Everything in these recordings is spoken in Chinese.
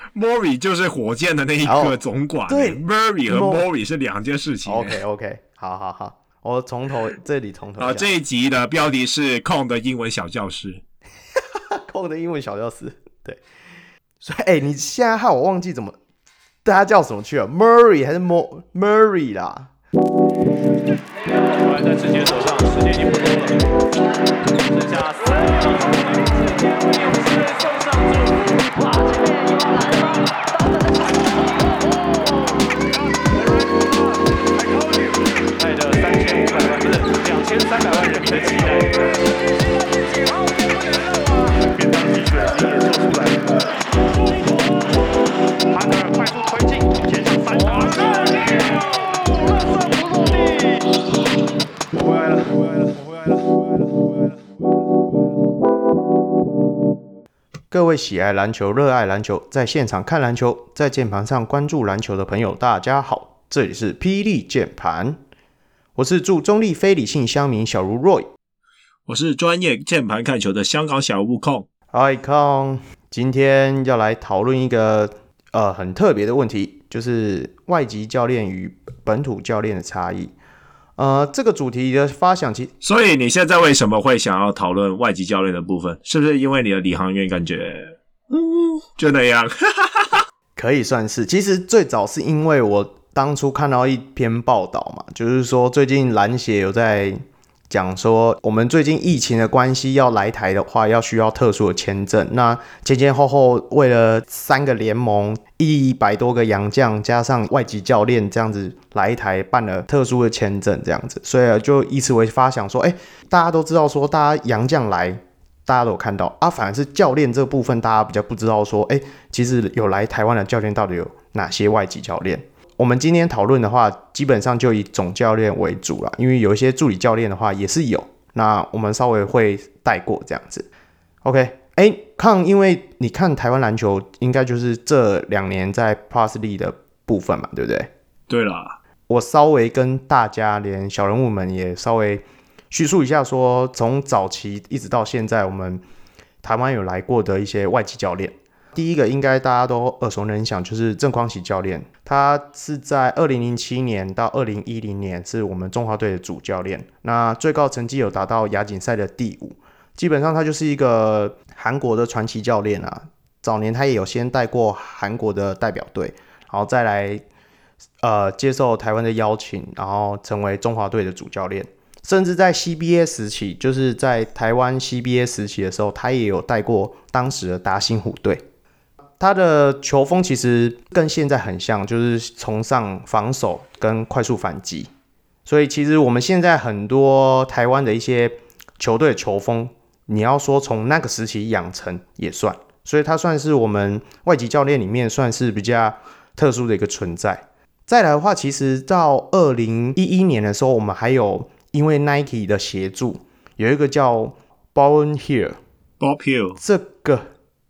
Murray 就是火箭的那一个总管， 对 ，Murray 和 Murray 是两件事情。 OK， 好，我从头讲。 这一集的标题是空的英文小教室， 空的英文小教室，对。所以，你现在害我忘记怎么大家叫什么去了 ，Murray 还是 Murray 啦？球还在自己的手上，时间已经不多了，剩下3秒。勇士送上祝福，哇，这边又要来了吗？带着3500万，不是2300万人民的期待，便当技术已经演奏出来了。哈德尔快速推进，前向3打，热射不落地。我回来了。各位喜爱篮球、热爱篮球，在现场看篮球，在键盘上关注篮球的朋友，大家好，这里是霹雳键盘，我是驻中立非理性乡民小如 Roy， 我是专业键盘看球的香港小悟空。 嗨空，今天要来讨论一个很特别的问题，就是外籍教练与本土教练的差异。这个主题的发想所以你现在为什么会想要讨论外籍教练的部分？是不是因为你的领航员感觉就那样？ 可以算是。其实最早是因为我当初看到一篇报道嘛，就是说最近篮协有在讲说，我们最近疫情的关系要来台的话，要需要特殊的签证。那前后为了3个联盟100多个洋将加上外籍教练这样子来台办了特殊的签证这样子，所以就以此为发想说，大家都知道说，大家洋将来，大家都有看到啊，反而是教练这部分大家比较不知道说，其实有来台湾的教练到底有哪些外籍教练。我们今天讨论的话，基本上就以总教练为主啦，因为有一些助理教练的话也是有，那我们稍微会带过这样子。OK， 康，因为你看台湾篮球，应该就是这2年在 Plus League 的部分嘛，对不对？ 对啦， 我稍微跟大家，连小人物们也稍微叙述一下说，从早期一直到现在，我们台湾有来过的一些外籍教练。第一个应该大家都耳熟能详，就是郑匡琪教练，他是在2007年到2010年是我们中华队的主教练，那最高成绩有达到亚锦赛的第5，基本上他就是一个韩国的传奇教练啊。早年他也有先带过韩国的代表队，然后再来接受台湾的邀请，然后成为中华队的主教练。甚至在 CBA 时期，就是在台湾 CBA 时期的时候，他也有带过当时的达欣虎队。他的球风其实跟现在很像，就是崇尚防守跟快速反击。所以其实我们现在很多台湾的一些球队的球风，你要说从那个时期养成也算。所以他算是我们外籍教练里面算是比较特殊的一个存在。再来的话，其实到2011年的时候，我们还有因为 Nike 的协助，有一个叫 Bob Hill， 这个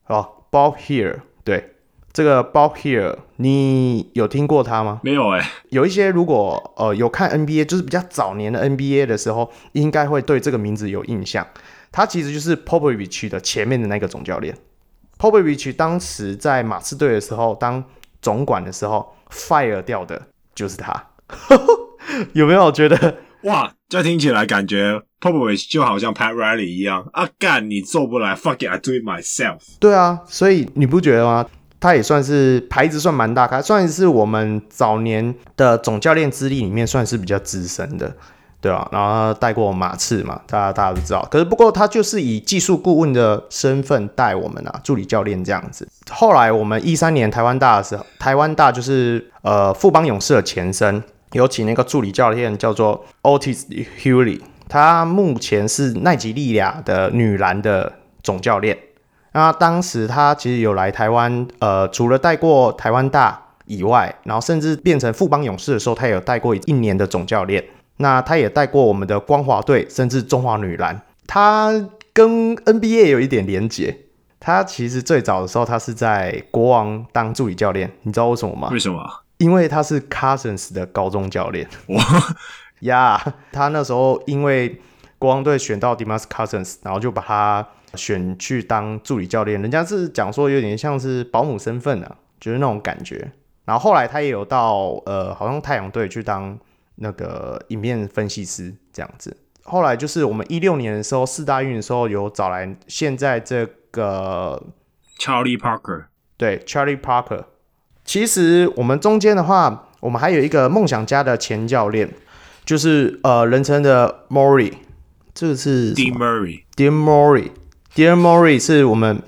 Bob Hill， 对，这个 Bob Hill， 你有听过他吗？ 没有有一些如果有看 NBA， 就是比较早年的 NBA 的时候，应该会对这个名字有印象。他其实就是 Popovich 的前面的那个总教练。Popovich 当时在马刺队的时候当总管的时候 fire 掉的就是他。有没有觉得哇，这听起来感觉 Popovich 就好像 Pat Riley 一样啊，干你做不来 fuck it I do it myself。 对啊，所以你不觉得吗？他也算是牌子算蛮大咖，算是我们早年的总教练资历里面算是比较资深的，对啊，然后带过马刺嘛，大家都知道。可是不过他就是以技术顾问的身份带我们啊，助理教练这样子。后来我们13年台湾大的时候，台湾大就是富邦勇士的前身，有请那个助理教练叫做 Otis Hurley， 他目前是奈及利亚的女篮的总教练。那当时他其实有来台湾，除了带过台湾大以外，然后甚至变成富邦勇士的时候，他也有带过1年的总教练。那他也带过我们的光华队，甚至中华女篮。他跟 NBA 有一点连结。他其实最早的时候，他是在国王当助理教练，你知道为什么吗？ 为什么？ 因为他是 Cousins 的高中教练。 哇呀，他那时候因为国王队选到 DeMarcus Cousins， 然后就把他选去当助理教练。人家是讲说有点像是保姆身份啊， 就是那种感觉。然后后来他也有到好像太阳队去当那个影片分析师这样子。后来就是我们16年的时候4大运的时候有找来现在这个 Charlie Parker， 对 Charlie Parker。其实我们中间的话，我们还有一个梦想家的前教练，就是人称的 Murray， 这个是 Dean Murray， Dean Murray 是我们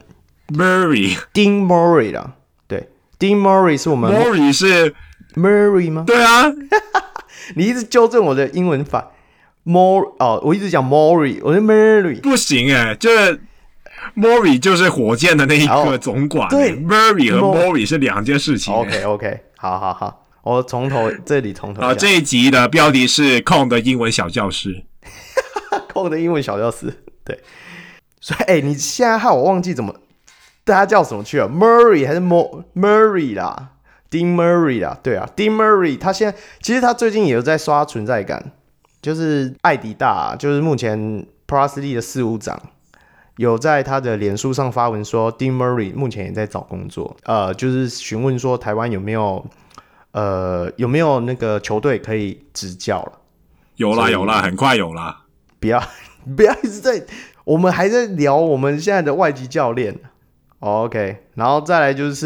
Dean Murray 啦，对 Dean Murray 是我们 Murray 是 Murray 吗？ 对啊， 你一直纠正我的英文法。我一直讲 Murray， 我是 Murray， 不行就是 Murray 就是火箭的那一个总管， 对 Murray 和 Murray 是两件事情。 OK， 好，我从头讲。 这一集的标题是空的英文小教室， 空的英文小教室，对。所以你现在害我忘记怎么大家叫什么去了 ，Murray 还是 Murray 啦 ，Dean Murray 啦，对啊 ，Dean Murray 他现在其实他最近也有在刷存在感。就是艾迪大，就是目前 Plus Lee 的事务长，有在他的脸书上发文说 ，Dean Murray 目前也在找工作，就是询问说台湾有没有那个球队可以执教了？ 有啦，很快有啦。 不要一直在，我们还在聊我们现在的外籍教练。OK， 然后再来就是，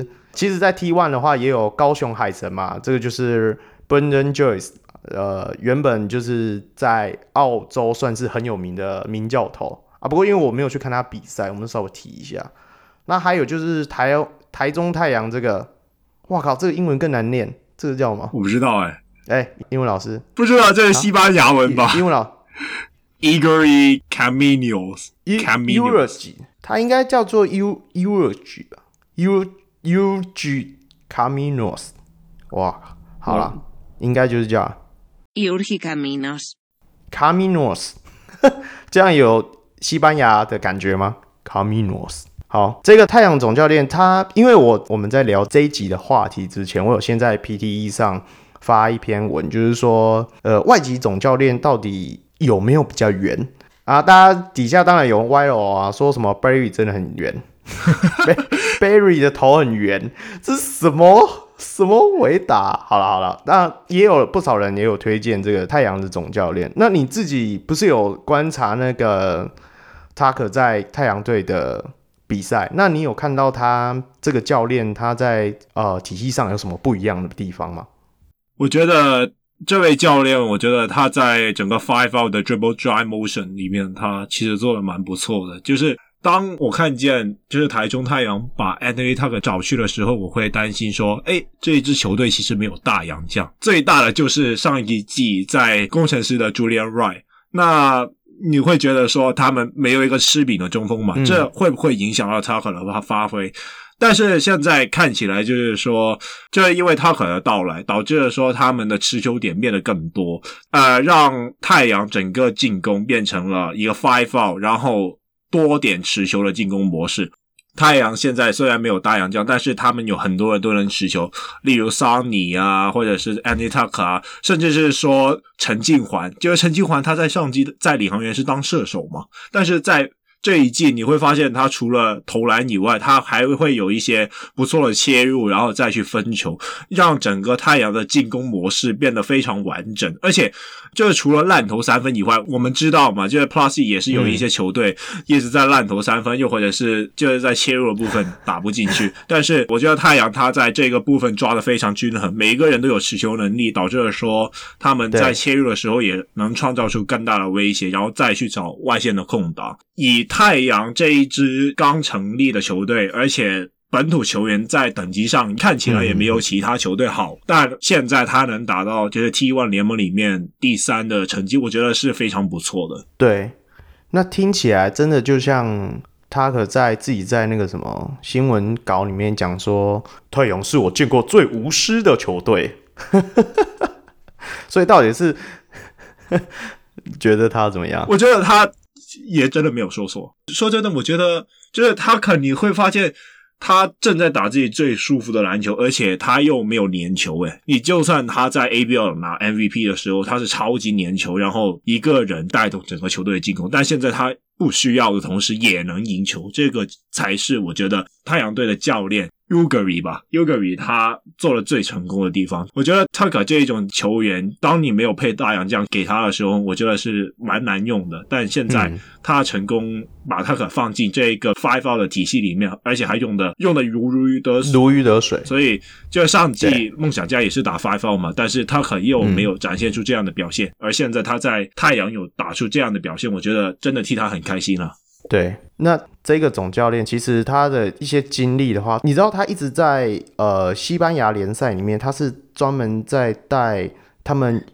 其实，在 T1 的话也有高雄海神嘛，这个就是 Brendan Joyce。原本就是在澳洲算是很有名的名教头啊，不过因为我没有去看他比赛，我们稍微提一下。那还有就是台中太阳这个，哇靠，这个英文更难念，这个叫什么？ 我不知道英文老师不知道，这是西班牙文吧？ 英文老 Igor Caminos， 他应该叫做 Urge 吧 ，Urge Caminos， 哇，好啦，应该就是这样。 Urge Caminos 这样有西班牙的感觉吗 Caminos 好，这个太阳总教练他因为我们在聊这一集的话题之前，我有先在 PTE 上发一篇文，就是说外籍总教练到底有没有比较圆啊？大家底下当然有人歪楼啊，说什么 Barry 真的很圆Barry 的头很圆，这是什么回答？好了，那也有不少人也有推荐这个太阳的总教练。那你自己不是有观察那个 Tucker 在太阳队的比赛？那你有看到他这个教练他在体系上有什么不一样的地方吗？ 我觉得这位教练，我觉得他在整个 5 out 的 dribble drive motion 里面，他其实做的蛮不错的。就是当我看见就是台中太阳把 Anthony Tucker 找去的时候，我会担心说这一支球队其实没有大洋将，最大的就是上一季在工程师的 Julian Wright， 那你会觉得说他们没有一个吃饼的中锋嘛，这会不会影响到 Tucker 的发挥？但是现在看起来就是说，就是因为Tucker的到来，导致了说他们的持球点变得更多，让太阳整个进攻变成了一个 5 out， 然后多点持球的进攻模式。太阳现在虽然没有大洋将，但是他们有很多人都能持球，例如 Sonny 啊，或者是 Anthony Tucker 啊，甚至是说陈敬环，就是陈敬环他在上季在领航员是当射手嘛，但是在这一季你会发现他除了投篮以外，他还会有一些不错的切入，然后再去分球，让整个太阳的进攻模式变得非常完整。而且就是除了烂投三分以外，我们知道嘛，就是 Plus 也是有一些球队一直在烂投三分，又或者是就是在切入的部分打不进去，但是我觉得太阳他在这个部分抓得非常均衡，每一个人都有持球能力，导致了说他们在切入的时候也能创造出更大的威胁，然后再去找外线的空档。以太阳这一支刚成立的球队，而且本土球员在等级上看起来也没有其他球队好，但现在他能打到就是 T1 联盟里面第3的成绩，我觉得是非常不错的。 对，那听起来真的就像他可在自己在那个什么新闻稿里面讲说，太阳是我见过最无私的球队所以到底是觉得他怎么样？ 我觉得他也真的没有说错。说真的，我觉得就是他你会发现他正在打自己最舒服的篮球，而且他又没有粘球你就算他在 ABL 拿 MVP 的时候，他是超级粘球，然后一个人带动整个球队的进攻，但现在他不需要的同时也能赢球，这个才是我觉得太阳队的教练 Ugary 吧 ，Ugary 他做了最成功的地方。我觉得 Tucker 这一种球员，当你没有配大洋将给他的时候，我觉得是蛮难用的。但现在他成功把 Tucker 放进这个 5-out 的体系里面，而且还用的如鱼得水。所以就上季梦想家也是打 5-out 嘛，但是 Tucker 又没有展现出这样的表现，而现在他在太阳有打出这样的表现，我觉得真的替他很开心了。 对，那这个总教练其实他的一些经历的话，你知道他一直在西班牙联赛里面，他是专门在带他们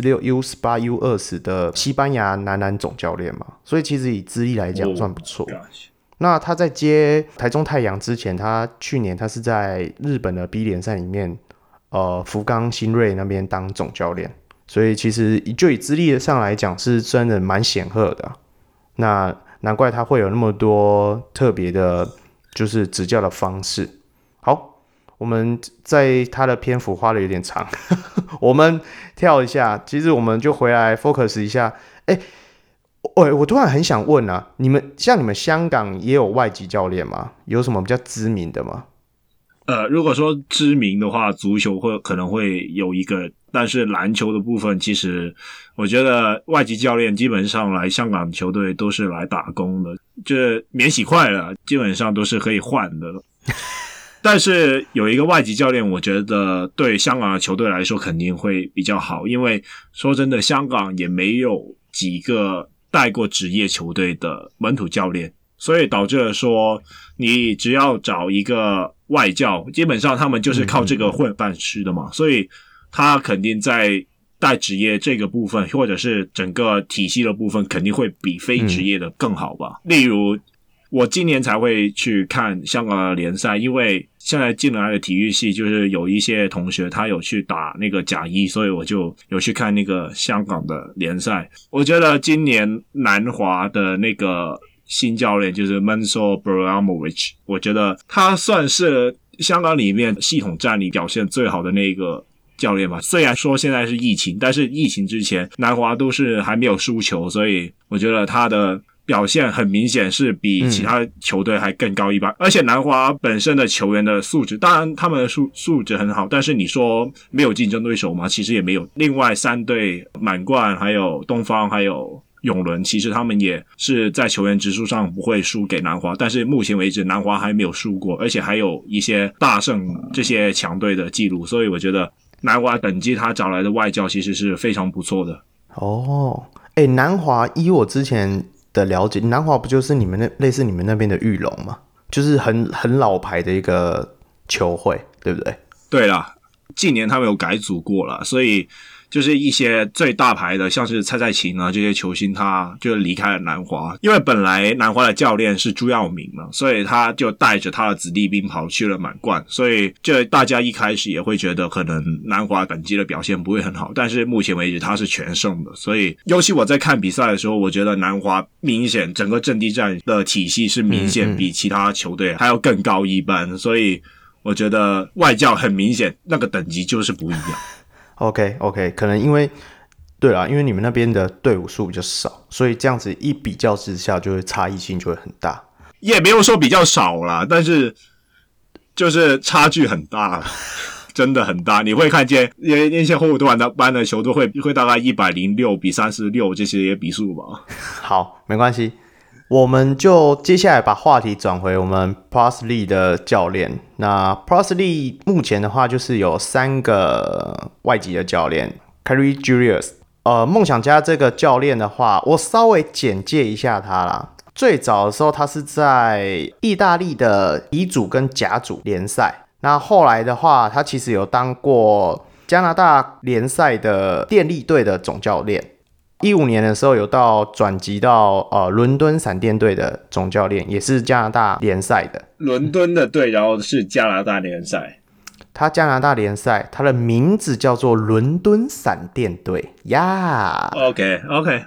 U16、U18、U20 的西班牙男总教练嘛，所以其实以资历来讲算不错。那他在接台中太阳之前，去年他是在日本的 B 联赛里面，福冈新锐那边当总教练，所以其实就以资历上来讲，是真的蛮显赫的。那难怪他会有那么多特别的，就是执教的方式。好，我们在他的篇幅花的有点长，我们跳一下，其实我们就回来 focus 一下。我突然很想问啊，你们香港也有外籍教练吗？有什么比较知名的吗？ 如果说知名的话，足球可能会有一个，但是篮球的部分，其实我觉得外籍教练基本上来香港球队都是来打工的，就是免洗筷了，基本上都是可以换的。但是有一个外籍教练，我觉得对香港的球队来说肯定会比较好，因为说真的，香港也没有几个带过职业球队的本土教练，所以导致了说你只要找一个外教，基本上他们就是靠这个混饭吃的嘛，所以他肯定在带职业这个部分，或者是整个体系的部分，肯定会比非职业的更好吧。例如我今年才会去看香港的联赛，因为现在进来的体育系就是有一些同学他有去打那个甲一，所以我就有去看那个香港的联赛。我觉得今年南华的那个新教练就是 Mansour Bramovich， 我觉得他算是香港里面系统战里表现最好的那个教练吧。虽然说现在是疫情，但是疫情之前南华都是还没有输球，所以我觉得他的表现很明显是比其他球队还更高一般。而且南华本身的球员的素质，当然他们的素质很好，但是你说没有竞争对手吗？其实也没有。另外3队满贯还有东方还有永伦，其实他们也是在球员质数上不会输给南华，但是目前为止南华还没有输过，而且还有一些大胜这些强队的记录，所以我觉得南华等级他找来的外教其实是非常不错的。 南华依我之前的了解，南华不就是类似你们那边的玉龙吗？就是很老牌的一个球会，对不对？ 对啦，近年他们有改组过了，所以就是一些最大牌的，像是蔡琴啊这些球星，他就离开了南华，因为本来南华的教练是朱耀明嘛，所以他就带着他的子弟兵跑去了满贯，所以这大家一开始也会觉得可能南华本季的表现不会很好，但是目前为止他是全胜的，所以尤其我在看比赛的时候，我觉得南华明显整个阵地战的体系是明显比其他球队还要更高一般，所以我觉得外教很明显那个等级就是不一样。 OK， 可能因为你们那边的队伍数比较少，所以这样子一比较之下，就会差异性就会很大。 也没有说比较少啦，但是就是差距很大，真的很大。你会看见那些后段的班的球都会大概106比36这些比数吧。 好，没关系。我们就接下来把话题转回我们 Parsley 的教练。那 Parsley 目前的话就是有3个外籍的教练 ，Cary Julius。梦想家这个教练的话，我稍微简介一下他啦。最早的时候，他是在意大利的乙组跟甲组联赛。那后来的话，他其实有当过加拿大联赛的电力队的总教练。15年的时候有转籍到伦敦闪电队的总教练，也是加拿大联赛的。 伦敦的队，然后是加拿大联赛。 他加拿大联赛，他的名字叫做伦敦闪电队呀。 OK，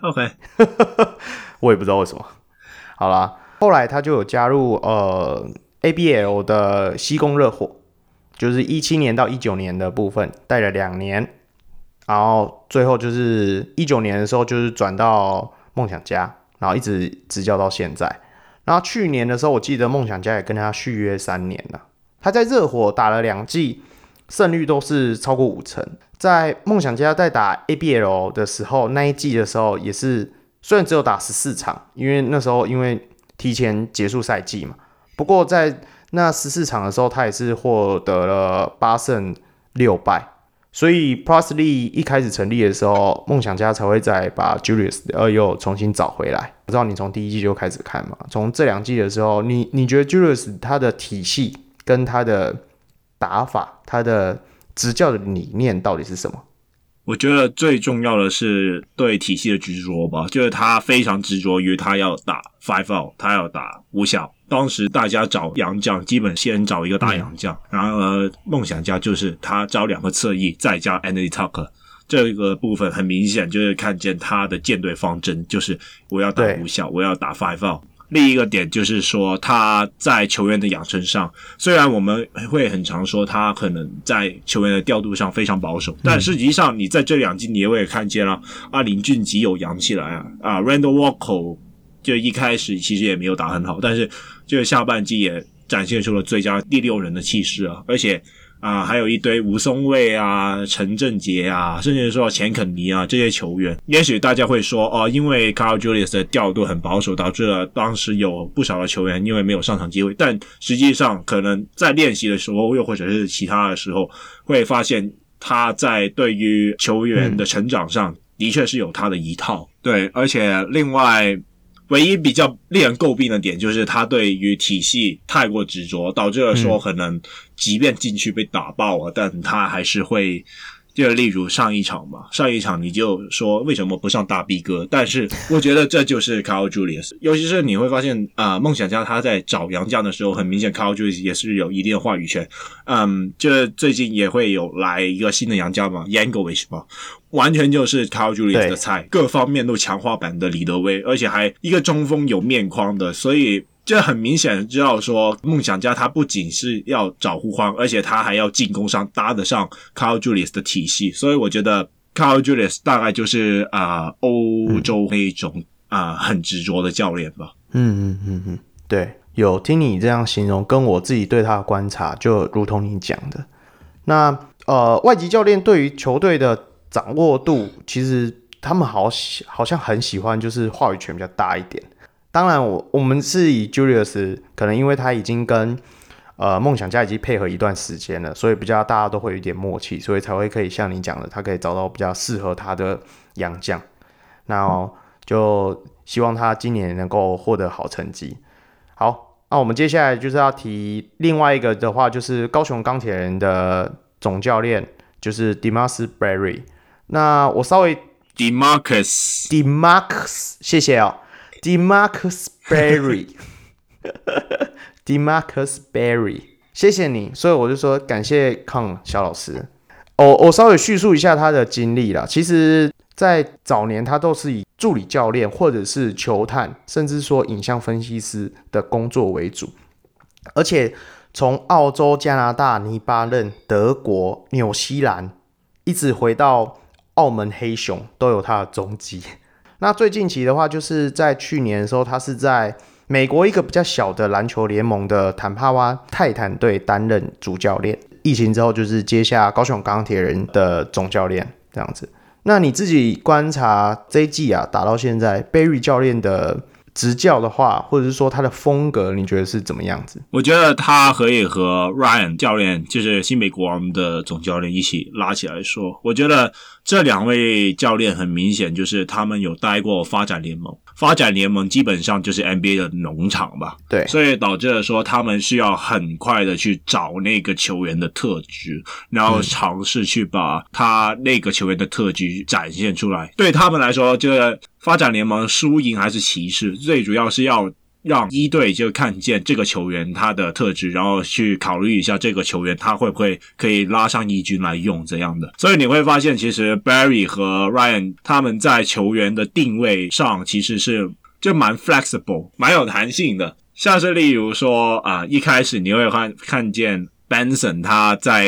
我也不知道为什么。好啦，后来他就有加入ABL 的西贡热火，就是17年到19年的部分，带了2年。然后最后就是19年的时候，就是转到梦想家，然后一直执教到现在。然后去年的时候，我记得梦想家也跟他续约3年了。 他在热火打了2季，胜率都是超过50%。在梦想家在打 ABL 的时候，那一季的时候也是，虽然只有打14场，因为那时候因为提前结束赛季嘛，不过在那14场的时候，他也是获得了8胜6败。所以 Plus League 一开始成立的时候，梦想家才会再把 Julius 又重新找回来。不知道你从第1季就开始看嘛？从这2季的时候，你觉得 Julius 他的体系跟他的打法，他的执教的理念到底是什么？ 我觉得最重要的是对体系的执着吧，就是他非常执着于他要打 5-out， 他要打5小。当时大家找洋将，基本先找一个大洋将，然后梦想家就是他找2个侧翼，再加 Anthony Tucker。这个部分很明显就是看见他的舰队方针，就是我要打5小，我要打 5-out。另一个点就是说他在球员的养成上，虽然我们会很常说他可能在球员的调度上非常保守，但实际上你在这2季你也会看见了林俊吉有养起来Randall Walker 就一开始其实也没有打很好，但是就下半季也展现出了最佳第6人的气势而且还有一堆吴松蔚陈振杰甚至说钱肯尼这些球员，也许大家会说因为 Carl Julius 的调度很保守，导致了当时有不少的球员因为没有上场机会，但实际上可能在练习的时候又或者是其他的时候会发现他在对于球员的成长上的确是有他的一套。对，而且另外唯一比较令人诟病的点就是他对于体系太过执着，导致了说可能即便禁区被打爆但他还是会，就例如上一场你就说为什么不上大 B 哥，但是我觉得这就是 Carl Julius， 尤其是你会发现梦想家他在找洋将的时候，很明显 Carl Julius 也是有一定的话语权。就最近也会有来一个新的洋将嘛 Yankovic 嘛，完全就是 Carl Julius 的菜，各方面都强化版的李德威，而且还一个中锋有面框的，所以这很明显知道说梦想家他不仅是要找护框，而且他还要进攻上搭得上 Carl Julius 的体系，所以我觉得 Carl Julius 大概就是欧洲那一种很执着的教练吧。 对，有听你这样形容，跟我自己对他的观察就如同你讲的。那外籍教练对于球队的掌握度，其实他们好像很喜欢就是话语权比较大一点。当然我们是以 Julius， 可能因为他已经跟梦想家已经配合一段时间了，所以比较大家都会有一点默契，所以才会可以像你讲的，他可以找到比较适合他的洋将。那就希望他今年能够获得好成绩。好，那我们接下来就是要提另外一个的话，就是高雄钢铁人的总教练就是 Demarcus Berry。那我稍微 Demarcus， 谢谢Demarcus Berry ，Demarcus Berry， 谢谢你。所以我就说感谢康小老师。我稍微叙述一下他的经历啦。其实，在早年他都是以助理教练或者是球探，甚至说影像分析师的工作为主，而且从澳洲、加拿大、黎巴嫩、德国、纽西兰，一直回到澳门黑熊，都有他的踪迹。那最近期的话，就是在去年的时候，他是在美国一个比较小的篮球联盟的坦帕湾泰坦队担任主教练。疫情之后，就是接下高雄钢铁人的总教练这样子。那你自己观察这一季打到现在，Berry 教练的执教的话，或者是说他的风格，你觉得是怎么样子？ 我觉得他可以和 Ryan 教练，就是新北国王的总教练一起拉起来说，我觉得这2位教练很明显就是他们有待过发展联盟，发展联盟基本上就是 NBA 的农场吧， 对， 所以导致了说他们需要很快的去找那个球员的特质，然后尝试去把他那个球员的特质展现出来。对他们来说，这个发展联盟输赢还是其次，最主要是要让一队就看见这个球员他的特质，然后去考虑一下这个球员他会不会可以拉上一军来用这样的。所以你会发现其实 Berry 和 Ryan 他们在球员的定位上其实是就蛮 flexible 蛮有弹性的，像是例如说一开始你会看见 Benson 他在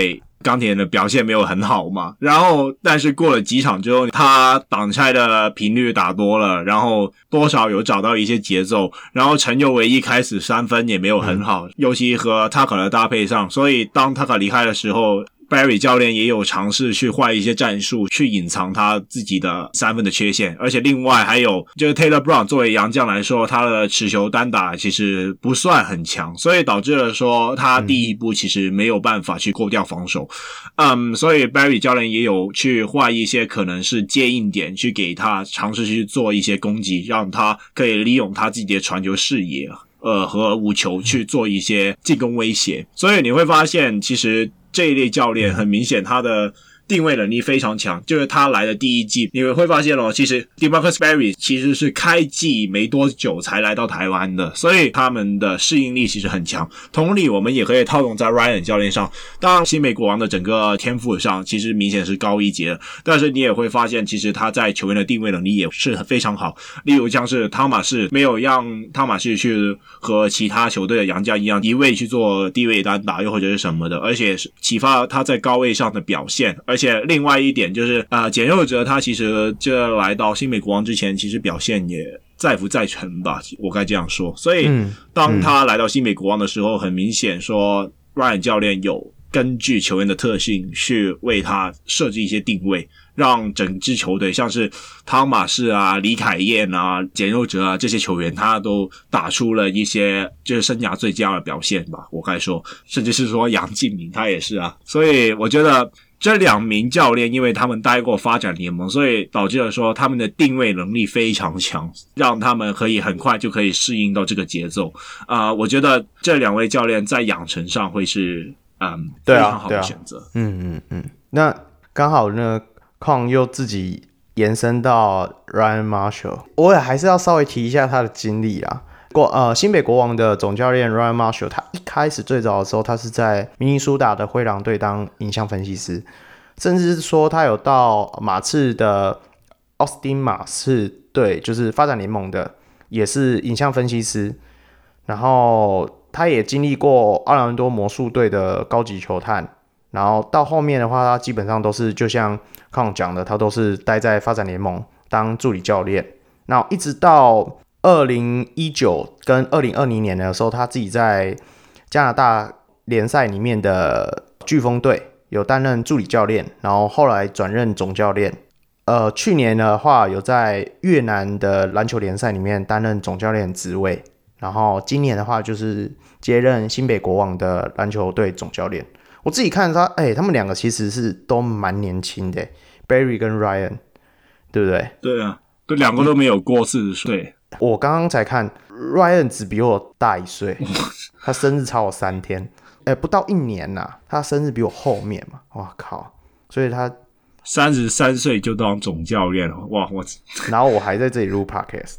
钢铁人的表现没有很好嘛，然后但是过了几场之后，他挡拆的频率打多了，然后多少有找到一些节奏，然后陈佑唯一开始三分也没有很好，尤其和塔克的搭配上，所以当塔克离开的时候，Barry 教练也有尝试去换一些战术去隐藏他自己的三分的缺陷，而且另外还有就是 Taylor Brown 作为洋将来说，他的持球单打其实不算很强，所以导致了说他第一步其实没有办法去扣掉防守。所以 Barry 教练也有去换一些可能是接应点去给他尝试去做一些攻击，让他可以利用他自己的传球视野和无球去做一些进攻威胁。所以你会发现其实这一类教练很明显他的定位能力非常强，就是他来的第一季你会发现其实 DeMarcus Berry 其实是开季没多久才来到台湾的，所以他们的适应力其实很强。同理我们也可以套用在 Ryan 教练上，当然新美国王的整个天赋上其实明显是高一截的，但是你也会发现其实他在球员的定位能力也是非常好，例如像是汤马士没有让汤马士去和其他球队的洋将一样一位去做低位单打又或者是什么的，而且启发他在高位上的表现。而且另外一点就是简佑哲他其实就来到新美国王之前其实表现也在浮在沉吧，我该这样说。所以当他来到新美国王的时候，很明显说 Ryan 教练有根据球员的特性去为他设置一些定位，让整支球队像是汤马士啊、李凯燕啊、简佑哲啊这些球员他都打出了一些就是生涯最佳的表现吧，我该说，甚至是说杨敬敏他也是啊。所以我觉得这两名教练因为他们待过发展联盟，所以导致了说他们的定位能力非常强，让他们可以很快就可以适应到这个节奏。我觉得这两位教练在养成上会是非常好的选择。 那刚好呢Kong 又自己延伸到 Ryan Marshall， 我也还是要稍微提一下他的经历啦。新北国王的总教练 Ryan Marshall， 他一开始最早的时候，他是在明尼苏达的灰狼队当影像分析师，甚至是说他有到马刺的奥斯汀马刺队，就是发展联盟的，也是影像分析师。然后他也经历过奥兰多魔术队的高级球探，然后到后面的话，他基本上都是就像康讲的，他都是待在发展联盟当助理教练。然后一直到2019跟2020年的时候，他自己在加拿大联赛里面的飓风队有担任助理教练，然后后来转任总教练。去年的话有在越南的篮球联赛里面担任总教练职位，然后今年的话就是接任新北国王的篮球队总教练。我自己看他们两个其实是都蛮年轻的，Barry 跟 Ryan， 对不对？ 对啊，对，两个都没有过40岁。 我刚刚才看 Ryan 只比我大1岁，他生日差我3天，不到1年呐，他生日比我后面嘛，哇靠！所以他 33岁就当总教练了，哇！ 然后我还在这里录 podcast，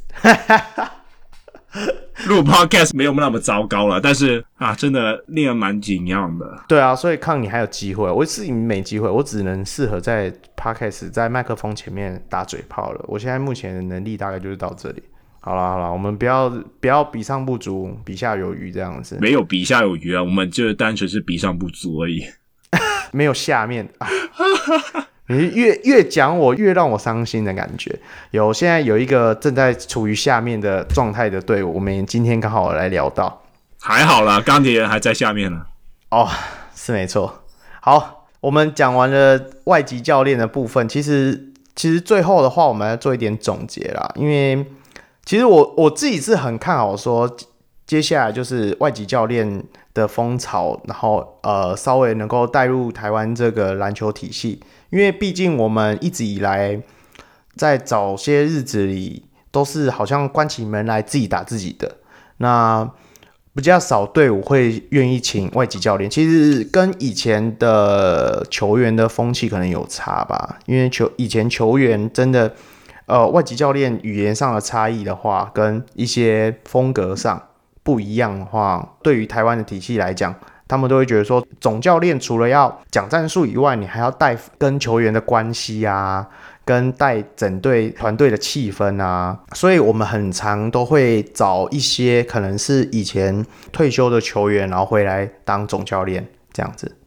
录 podcast 没有那么糟糕了，但是真的令人蛮惊讶的。 对啊，所以康你还有机会，我自己没机会，我只能适合在 podcast 在麦克风前面打嘴炮了。我现在目前的能力大概就是到这里。好啦，我们不要比上不足，比下有余这样子。没有比下有余啊，我们就是单纯是比上不足而已。 没有下面啊。你越讲我越让我伤心的感觉。现在有一个正在处于下面的状态的队伍，我们今天刚好来聊到。 还好啦，钢铁人还在下面呢。 哦，是没错。好，我们讲完了外籍教练的部分，其实最后的话，我们要做一点总结啦。因为其实我自己是很看好说，接下来就是外籍教练的风潮，然后稍微能够带入台湾这个篮球体系。因为毕竟我们一直以来在早些日子里都是好像关起门来自己打自己的，那比较少队伍会愿意请外籍教练。其实跟以前的球员的风气可能有差吧，因为以前球员真的外籍教练语言上的差异的话，跟一些风格上不一样的话，对于台湾的体系来讲，他们都会觉得说，总教练除了要讲战术以外，你还要带跟球员的关系啊，跟带整队团队的气氛啊，所以我们很常都会找一些可能是以前退休的球员，然后回来当总教练这样子。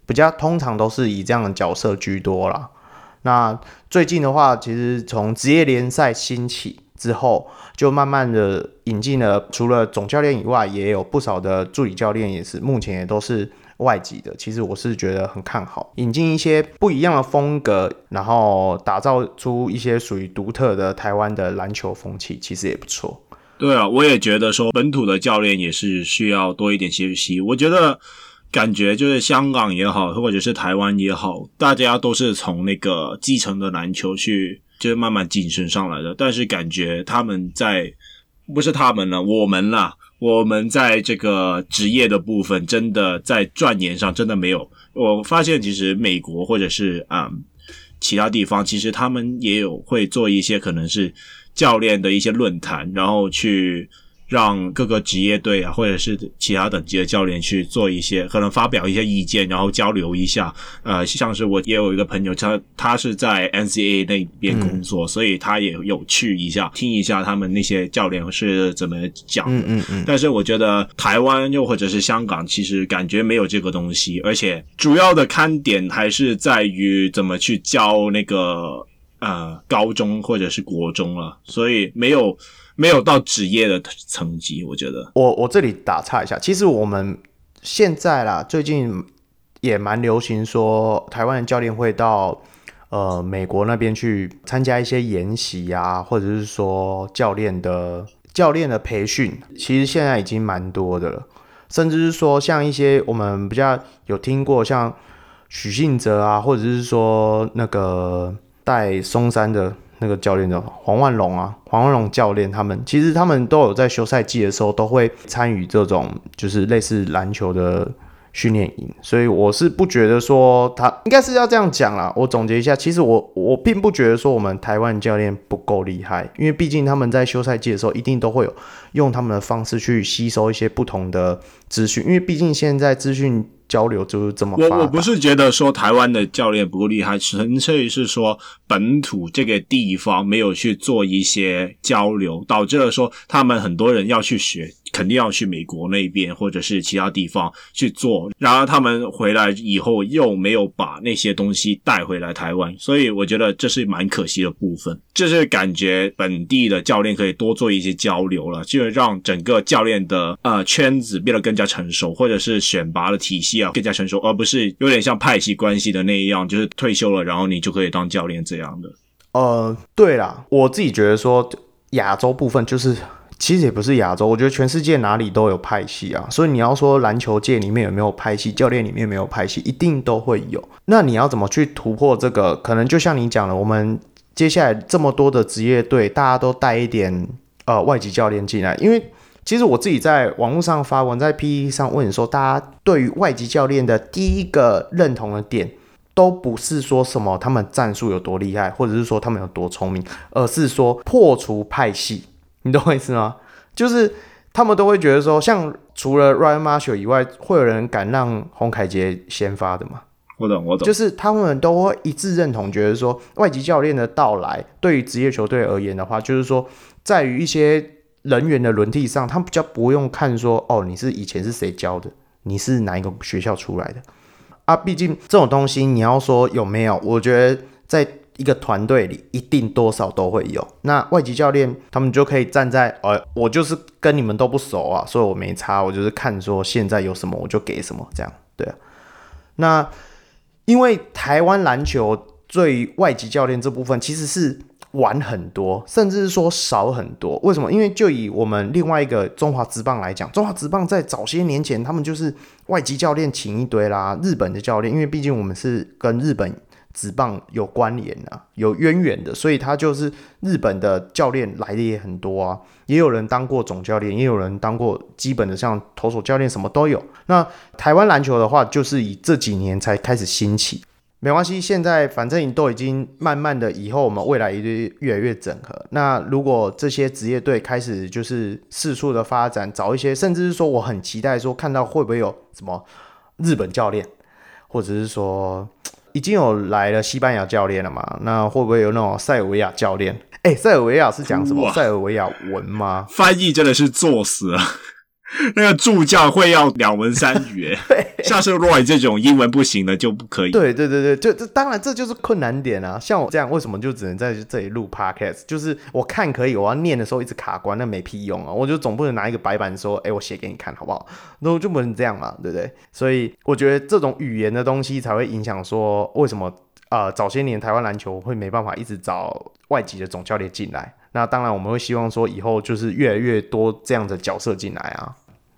比较通常都是以这样的角色居多啦。那最近的话，其实从职业联赛兴起之后，就慢慢的引进了除了总教练以外，也有不少的助理教练，也是目前也都是外籍的。其实我是觉得很看好，引进一些不一样的风格，然后打造出一些属于独特的台湾的篮球风气，其实也不错。 对啊，我也觉得说本土的教练也是需要多一点学习。我觉得感觉就是香港也好，或者是台湾也好，大家都是从那个基层的篮球去就是慢慢晋升上来的，但是感觉他们在不是他们了，我们在这个职业的部分真的在钻研上真的没有。我发现其实美国或者是其他地方，其实他们也有会做一些可能是教练的一些论坛，然后去让各个职业队啊，或者是其他等级的教练去做一些可能发表一些意见，然后交流一下。像是我也有一个朋友，他是在 NCAA 那边工作，所以他也有去一下听一下他们那些教练是怎么讲的。但是我觉得台湾又或者是香港，其实感觉没有这个东西，而且主要的看点还是在于怎么去教那个高中或者是国中了，所以没有到职业的层级。我觉得我这里打岔一下，其实我们现在啦，最近也蛮流行说台湾的教练会到美国那边去参加一些研习啊，或者是说教练的培训，其实现在已经蛮多的了。甚至是说像一些我们比较有听过像许信哲啊，或者是说那个带松山的那个教练的黄万龙教练，他们其实他们都有在休赛季的时候都会参与这种就是类似篮球的训练营，所以我是不觉得说他应该是要这样讲啦。我总结一下，其实我并不觉得说我们台湾教练不够厉害，因为毕竟他们在休赛季的时候一定都会有用他们的方式去吸收一些不同的资讯，因为毕竟现在资讯交流就是这么发达。 我不是觉得说台湾的教练不够厉害，纯粹是说本土这个地方没有去做一些交流，导致了说他们很多人要去学，肯定要去美国那边或者是其他地方去做，然而他们回来以后又没有把那些东西带回来台湾，所以我觉得这是蛮可惜的部分。就是感觉本地的教练可以多做一些交流了，就是让整个教练的圈子变得更加成熟，或者是选拔的体系更加成熟，而不是有点像派系关系的那样，就是退休了然后你就可以当教练这样的。 对啦，我自己觉得说亚洲部分就是其实也不是亚洲，我觉得全世界哪里都有派系啊，所以你要说篮球界里面有没有派系，教练里面有没有派系，一定都会有。那你要怎么去突破这个？可能就像你讲的，我们接下来这么多的职业队，大家都带一点外籍教练进来，因为其实我自己在网络上发文，在 PTT 上问说，大家对于外籍教练的第一个认同的点，都不是说什么他们战术有多厉害，或者是说他们有多聪明，而是说破除派系。你懂我意思吗？就是他们都会觉得说，像除了 Ryan Marshall 以外，会有人敢让洪凯杰先发的吗？ 我懂， 就是他们都会一致认同，觉得说外籍教练的到来，对于职业球队而言的话，就是说在于一些人员的轮替上，他们比较不用看说你是以前是谁教的，你是哪一个学校出来的啊？毕竟这种东西你要说有没有，我觉得在一个团队里一定多少都会有。那外籍教练他们就可以站在我就是跟你们都不熟啊，所以我没差，我就是看说现在有什么我就给什么，这样对啊。那因为台湾篮球对于外籍教练这部分其实是晚很多，甚至是说少很多。为什么？因为就以我们另外一个中华职棒来讲，中华职棒在早些年前他们就是外籍教练请一堆啦，日本的教练，因为毕竟我们是跟日本职棒有关联啊，有渊源的，所以他就是日本的教练来的也很多啊，也有人当过总教练，也有人当过基本的像投手教练，什么都有。那台湾篮球的话，就是以这几年才开始兴起，没关系，现在反正都已经慢慢的，以后我们未来也越来越整合。那如果这些职业队开始就是四处的发展，找一些，甚至是说我很期待说看到会不会有什么日本教练，或者是说已经有来了西班牙教练了嘛？那会不会有那种塞尔维亚教练？塞尔维亚是讲什么？塞尔维亚文吗？ 翻译真的是作死了。 那个助教会要两文三语，像是 Roy 这种英文不行的就不可以。 对，这当然这就是困难点啊。像我这样，为什么就只能在这里录 podcast？就是我看可以，我要念的时候一直卡关，那没屁用啊！我就总不能拿一个白板说，我写给你看好不好？那就不能这样嘛，对不对？所以我觉得这种语言的东西才会影响说，为什么早些年台湾篮球会没办法一直找外籍的总教练进来。那当然，我们会希望说以后就是越来越多这样的角色进来啊。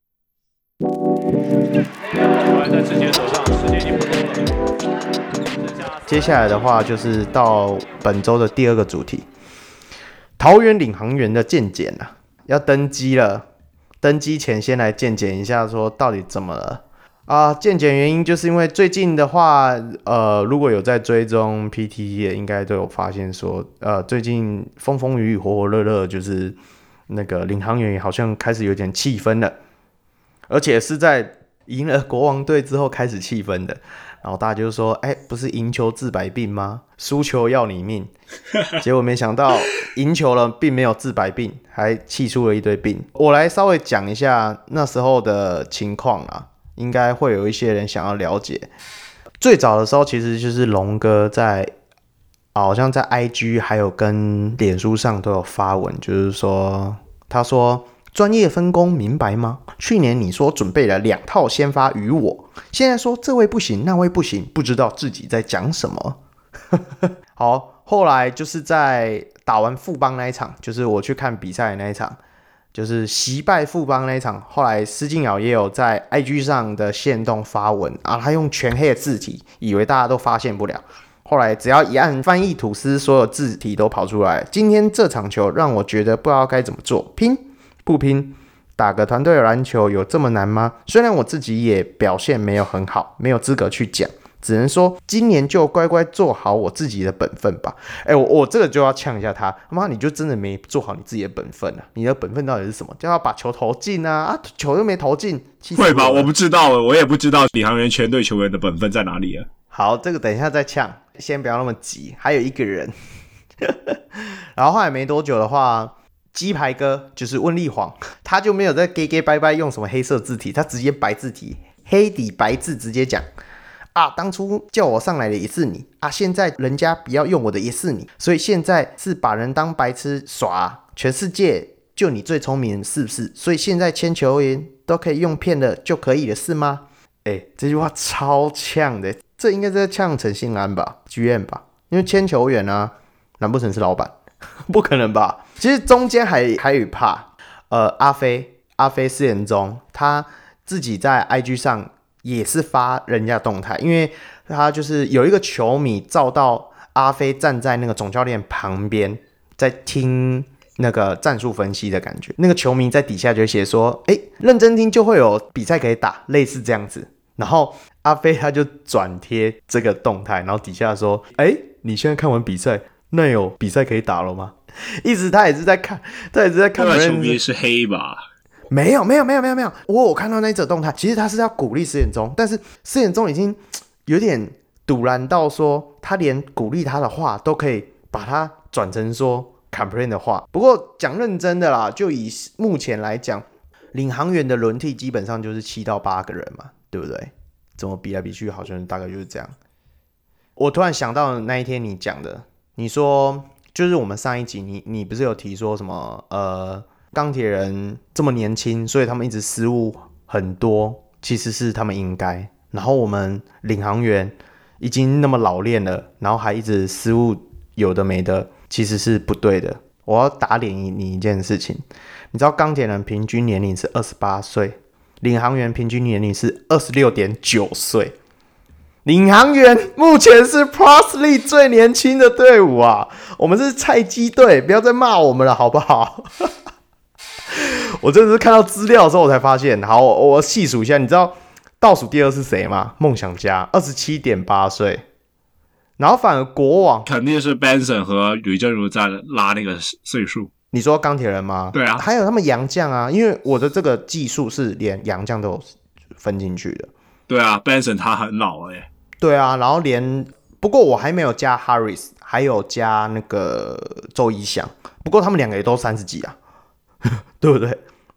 在志杰手上，时间已经不多了。接下来的话就是到本周的第二个主题，桃园领航员的健检啊，要登机了。登机前先来健检一下，说到底怎么了啊？健检原因就是因为最近的话，如果有在追踪 PTT 的，应该都有发现说，最近风风雨雨、火火热热，就是那个领航员好像开始有点气氛了，而且是在赢了国王队之后开始气氛的。然后大家就说，不是赢球治百病吗？输球要你命。结果没想到赢球了，并没有治百病，还气出了一堆病。我来稍微讲一下那时候的情况啊，应该会有一些人想要了解。最早的时候其实就是龙哥在好像在 IG 还有跟脸书上都有发文，就是说他说专业分工明白吗？去年你说准备了2套先发于我，现在说这位不行那位不行，不知道自己在讲什么。好，后来就是在打完富邦那一场，就是我去看比赛的那一场，就是惜败富邦那一场，后来施晋尧也有在 IG 上的限动发文啊，他用全黑的字体，以为大家都发现不了。后来只要一按翻译吐司，所有字体都跑出来。今天这场球让我觉得不知道该怎么做，拼不拼？打个团队的篮球有这么难吗？虽然我自己也表现没有很好，没有资格去讲，只能说今年就乖乖做好我自己的本分吧。我这个就要呛一下他，妈，你就真的没做好你自己的本分啊！你的本分到底是什么？叫他把球投进啊！球又没投进， 会吧？我不知道，我也不知道领航员全队球员的本分在哪里啊。 好，这个等一下再呛，先不要那么急。还有一个人，然后后来没多久的话，鸡排哥就是温立煌，他就没有在 gay 拜拜用什么黑色字体，他直接白字体，黑底白字直接讲啊，当初叫我上来的也是你啊，现在人家不要用我的也是你，所以现在是把人当白痴耍，全世界就你最聪明是不是？所以现在签球员都可以用骗的就可以了是吗？这句话超呛的，这应该是在呛陈信安吧 GM 吧，因为签球员啊，难不成是老板？不可能吧。其实中间还有一怕，阿飞四眼中，他自己在 IG 上也是发人家动态，因为他就是有一个球迷照到阿飞站在那个总教练旁边，在听那个战术分析的感觉。那个球迷在底下就写说，认真听就会有比赛可以打，类似这样子。然后阿飞他就转贴这个动态，然后底下说，你现在看完比赛，那有比赛可以打了吗？意思他也是在看，他也是在看。 那球迷是黑吧？ 没有，我有看到那一则动态，其实他是要鼓励施衍宗，但是施衍宗已经有点堵然到说，他连鼓励他的话都可以把它转成说 complain 的话。不过讲认真的啦，就以目前来讲，领航员的轮替基本上就是7到8个人嘛，对不对？怎么比来比去，好像大概就是这样。我突然想到那一天你讲的，你说就是我们上一集你不是有提说什么钢铁人这么年轻，所以他们一直失误很多，其实是他们应该。然后我们领航员已经那么老练了，然后还一直失误有的没的，其实是不对的。我要打脸你一件事情，你知道钢铁人平均年龄是28岁，领航员平均年龄是26.9岁。领航员目前是 Plus League 最年轻的队伍啊，我们是菜鸡队，不要再骂我们了好不好？我真的是看到资料的时候我才发现。好，我细数一下，你知道倒数第2是谁吗？梦想家 27.8 岁，然后反而国王肯定是 Benson 和吕正如在拉那个岁数。 你说钢铁人吗？ 对啊， 还有他们洋将啊，因为我的这个技术是连洋将都有分进去的。 对啊 ，Benson 他很老对啊，然后不过我还没有加 Harris， 还有加那个周一翔，不过他们2个也都30几啊，对不对？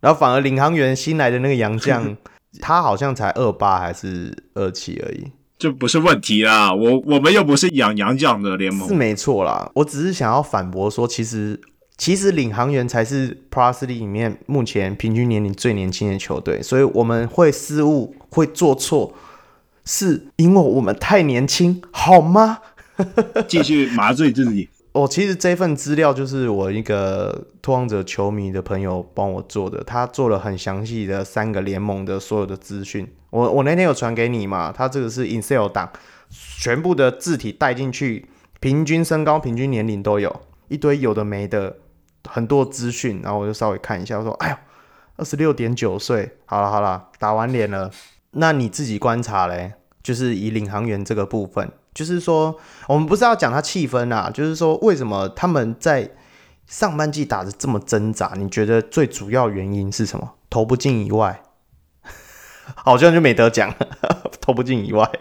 然后反而领航员新来的那个洋将，他好像才28还是27而已。 这不是问题啦，我们又不是养洋将的联盟， 是没错啦。我只是想要反驳说，其实领航员才是 Plus League 里面目前平均年龄最年轻的球队，所以我们会失误、会做错，是因为我们太年轻，好吗？ 继续麻醉自己。 其实这份资料就是我一个拓荒者球迷的朋友帮我做的，他做了很详细的3个联盟的所有的资讯。我那天有传给你嘛？他这个是 Excel 档，全部的字体带进去，平均身高、平均年龄都有，一堆有的没的，很多资讯。然后我就稍微看一下，我说：“哎呦，26.9岁，好了，打完脸了。”那你自己观察嘞，就是以领航员这个部分。就是说，我们不是要讲他气氛啊，就是说为什么他们在上半季打得这么挣扎？你觉得最主要原因是什么？投不进以外，好像就没得讲，投不进以外。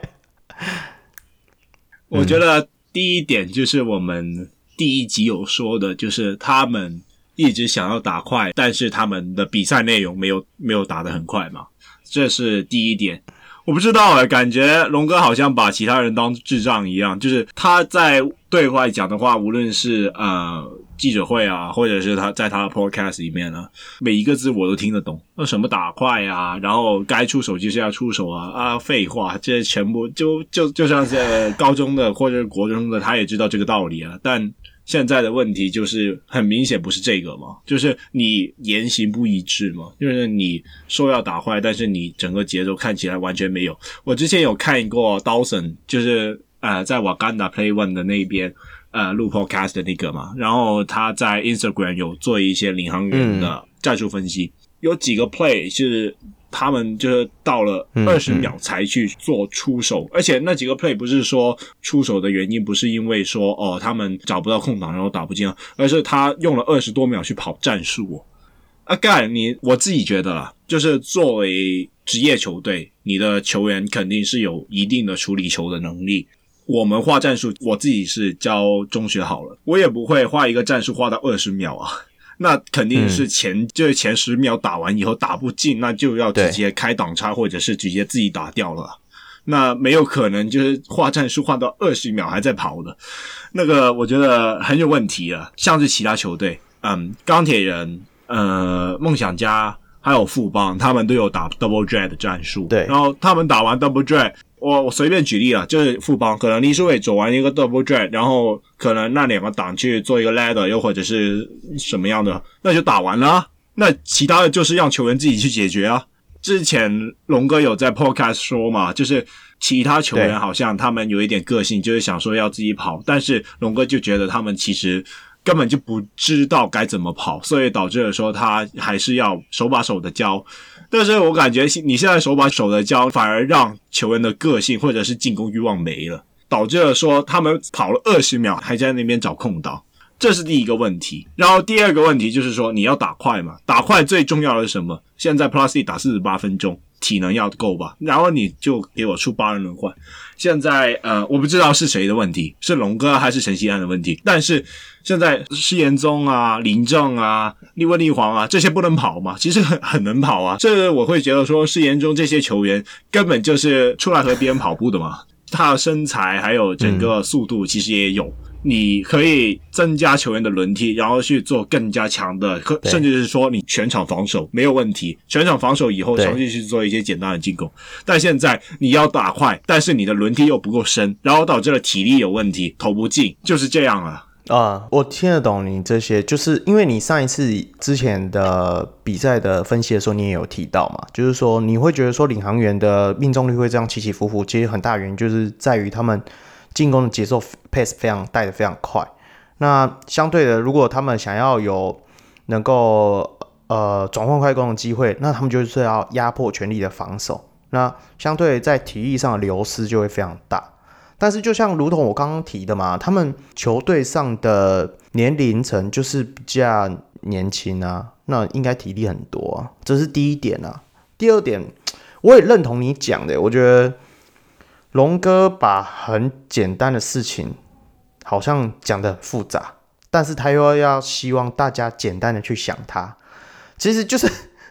我觉得第一点就是我们第一集有说的，就是他们一直想要打快，但是他们的比赛内容没有打得很快嘛，这是第一点。我不知道感觉龙哥好像把其他人当智障一样，就是他在对外讲的话，无论是记者会啊，或者是他在他的 podcast 里面啊，每一个字我都听得懂。什么打快啊，然后该出手就是要出手啊，废话，这些全部就像是高中的或者是国中的，他也知道这个道理啊，但现在的问题就是很明显不是这个嘛，就是你言行不一致嘛，就是你说要打坏，但是你整个节奏看起来完全没有。我之前有看过 Dawson， 就是在瓦干达 Play One 的那边录 podcast 的那个嘛，然后他在 Instagram 有做一些领航员的战术分析，有几个 play 是他们就是到了20秒才去做出手，而且那几个 play 不是说出手的原因不是因为说他们找不到空档然后打不进，而是他用了20多秒去跑战术我自己觉得啦，就是作为职业球队，你的球员肯定是有一定的处理球的能力。我们画战术，我自己是教中学好了，我也不会画一个战术画到20秒啊。那肯定是就是前10秒打完以后打不进，那就要直接开挡拆或者是直接自己打掉了。那没有可能就是画战术画到20秒还在跑的，那个我觉得很有问题啊。像是其他球队，钢铁人、梦想家还有富邦，他们都有打 double drag 的战术。 对， 然后他们打完 double drag。我随便举例了，就是富邦可能林书伟走完一个 double drag， 然后可能那2个档去做一个 ladder， 又或者是什么样的，那就打完了啊。那其他的就是让球员自己去解决啊。之前龙哥有在 podcast 说嘛，就是其他球员好像他们有一点个性，就是想说要自己跑，但是龙哥就觉得他们其实根本就不知道该怎么跑，所以导致了说他还是要手把手的教。但是我感觉你现在手把手的教，反而让球员的个性或者是进攻欲望没了，导致了说他们跑了20秒还在那边找空档，这是第一个问题。然后第二个问题就是说你要打快嘛，打快最重要的是什么？现在 Plus League 打48分钟，体能要够吧，然后你就给我出8人轮换。现在我不知道是谁的问题，是龙哥还是陈锡安的问题，但是现在施延宗啊、林正啊、力煌啊这些不能跑嘛，其实很能跑啊。这我会觉得说施延宗这些球员根本就是出来和别人跑步的嘛，他的身材还有整个速度其实也有。你可以增加球员的轮替，然后去做更加强的，甚至是说你全场防守没有问题，全场防守以后重新去做一些简单的进攻。但现在你要打快，但是你的轮替又不够深，然后导致了体力有问题，投不进，就是这样了。 我听得懂你这些，就是因为你上一次之前的比赛的分析的时候，你也有提到嘛，就是说你会觉得说领航员的命中率会这样起起伏伏，其实很大原因就是在于他们进攻的节奏 pace 带得非常快。那相对的，如果他们想要有能够转换快攻的机会，那他们就是要压迫全力的防守。那相对在体力上的流失就会非常大。但是就像如同我刚刚提的嘛，他们球队上的年龄层就是比较年轻啊，那应该体力很多啊，这是第一点啊。第二点，我也认同你讲的，我觉得龙哥把很简单的事情好像讲得很复杂，但是他又要希望大家简单的去想它，其实就是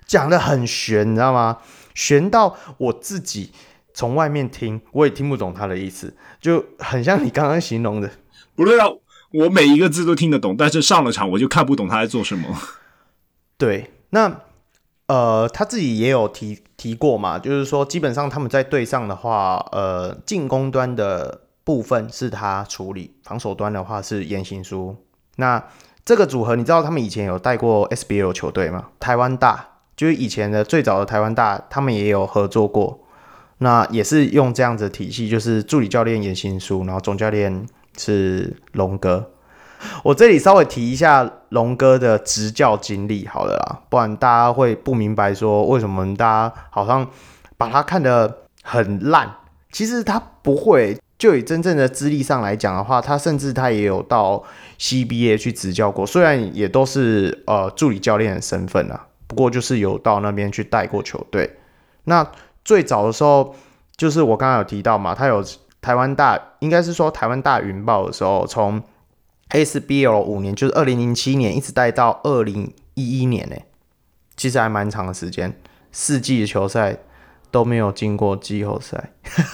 讲得很玄，你知道吗？玄到我自己从外面听，我也听不懂他的意思，就很像你刚刚形容的。 不对啊，我每一个字都听得懂，但是上了场我就看不懂他在做什么。 对，那他自己也有提过嘛，就是说基本上他们在队上的话，进攻端的部分是他处理，防守端的话是严行书。那这个组合，你知道他们以前有带过 SBL 球队吗？台湾大，就是以前的最早的台湾大，他们也有合作过。那也是用这样子的体系，就是助理教练严行书，然后总教练是龙哥。我这里稍微提一下龙哥的执教经历好了啦，不然大家会不明白说为什么大家好像把他看得很烂。其实他不会，就以真正的资历上来讲的话，他甚至他也有到 CBA 去执教过，虽然也都是助理教练的身份啦，不过就是有到那边去带过球队。那最早的时候，就是我刚刚有提到嘛，他有台湾大，应该是说台湾大云豹的时候，从 SBL 5年，就是2007年一直带到2011年呢，其实还蛮长的时间，4季的球赛都没有进过季后赛。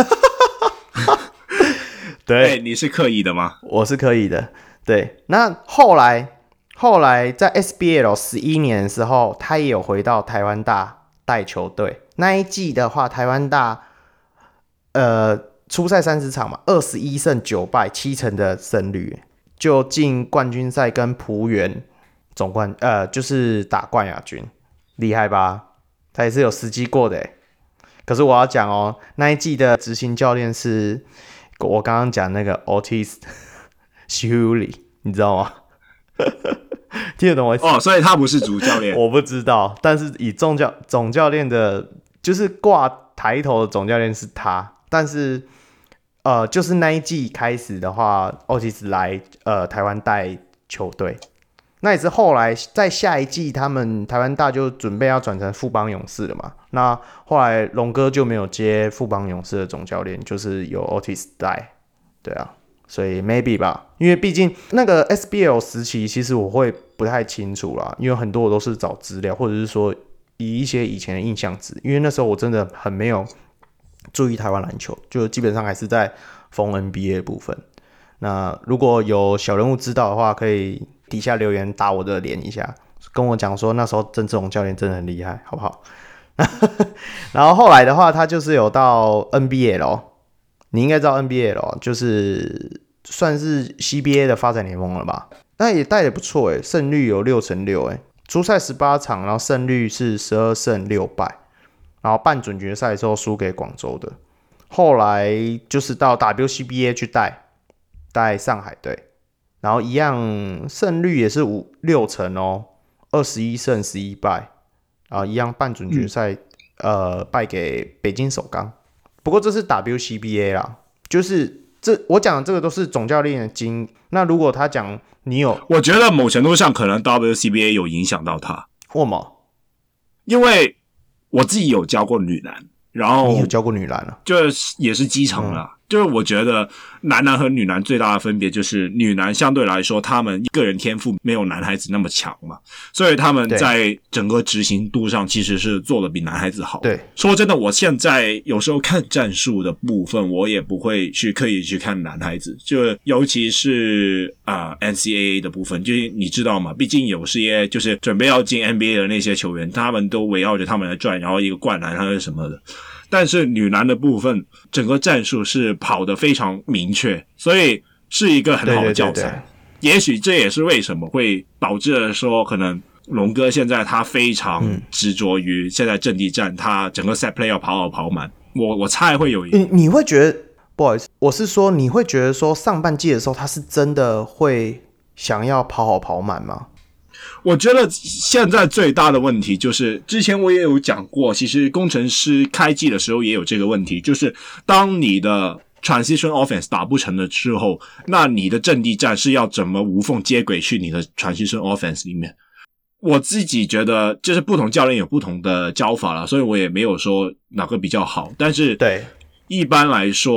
对， 你是刻意的吗？ 我是可以的。对，那后来在 SBL 11年的时候，他也有回到台湾大带球队。那一季的话，台湾大初赛30场嘛，21胜9败，7成的胜率，就进冠军赛跟璞园总冠就是打冠亚军，厉害吧？他也是有实际过的耶。可是我要讲哦，那一季的执行教练是我刚刚讲那个 Otis Shuley， 你知道吗？听得懂我意思？ 哦，所以他不是主教练。 我不知道，但是以总教练的，就是挂抬头的总教练是他，但是就是那一季开始的话，Otis 来台湾带球队，那也是后来在下一季他们台湾大就准备要转成富邦勇士了嘛，那后来龙哥就没有接富邦勇士的总教练，就是由 Otis 带，对啊。所以 maybe 吧，因为毕竟那个 SBL 时期，其实我会不太清楚啦，因为很多我都是找资料，或者是说以一些以前的印象值，因为那时候我真的很没有注意台湾篮球，就基本上还是在疯 NBA 的部分。那如果有小人物知道的话，可以底下留言打我的脸一下，跟我讲说那时候郑志龙教练真的很厉害，好不好？然后后来的话，他就是有到 NBA 咯。你应该知道 NBA 咯，就是算是 CBA 的发展联盟了吧？那也带得不错诶，胜率有6成6初赛18场，然后胜率是12胜6败，然后半准决赛的时候输给广州的。后来就是到 WCBA 去带上海队，然后一样胜率也是6成哦，21胜11败，然后一样半准决赛败给北京首钢。不过这是 WCBA 啦，就是我讲的这个都是总教练的经。那如果他讲你有， 我觉得某程度上可能 WCBA 有影响到他。 为什么？ 因为我自己有教过女篮，然后你有教过女篮啊？ 就是也是基层啦。就是我觉得男篮和女篮最大的分别就是女篮相对来说他们个人天赋没有男孩子那么强嘛，所以他们在整个执行度上其实是做的比男孩子好。 对， 说真的，我现在有时候看战术的部分我也不会去刻意去看男孩子，就尤其是NCAA 的部分，就是你知道嘛，毕竟有些就是准备要进 NBA 的那些球员，他们都围绕着他们来转，然后一个灌篮还是什么的。但是女篮的部分整个战术是跑得非常明确，所以是一个很好的教材。也许这也是为什么会导致了说可能龙哥现在他非常执着于现在阵地战，他整个 set play 要跑好跑满。我猜会有你会觉得，不好意思，我是说你会觉得说上半季的时候他是真的会想要跑好跑满吗？ 我觉得现在最大的问题就是，之前我也有讲过，其实工程师开季的时候也有这个问题，就是当你的 transition offense 打不成了之后，那你的阵地战是要怎么无缝接轨去你的 transition offense 里面。我自己觉得就是不同教练有不同的教法啦，所以我也没有说哪个比较好，但是对， 一般来说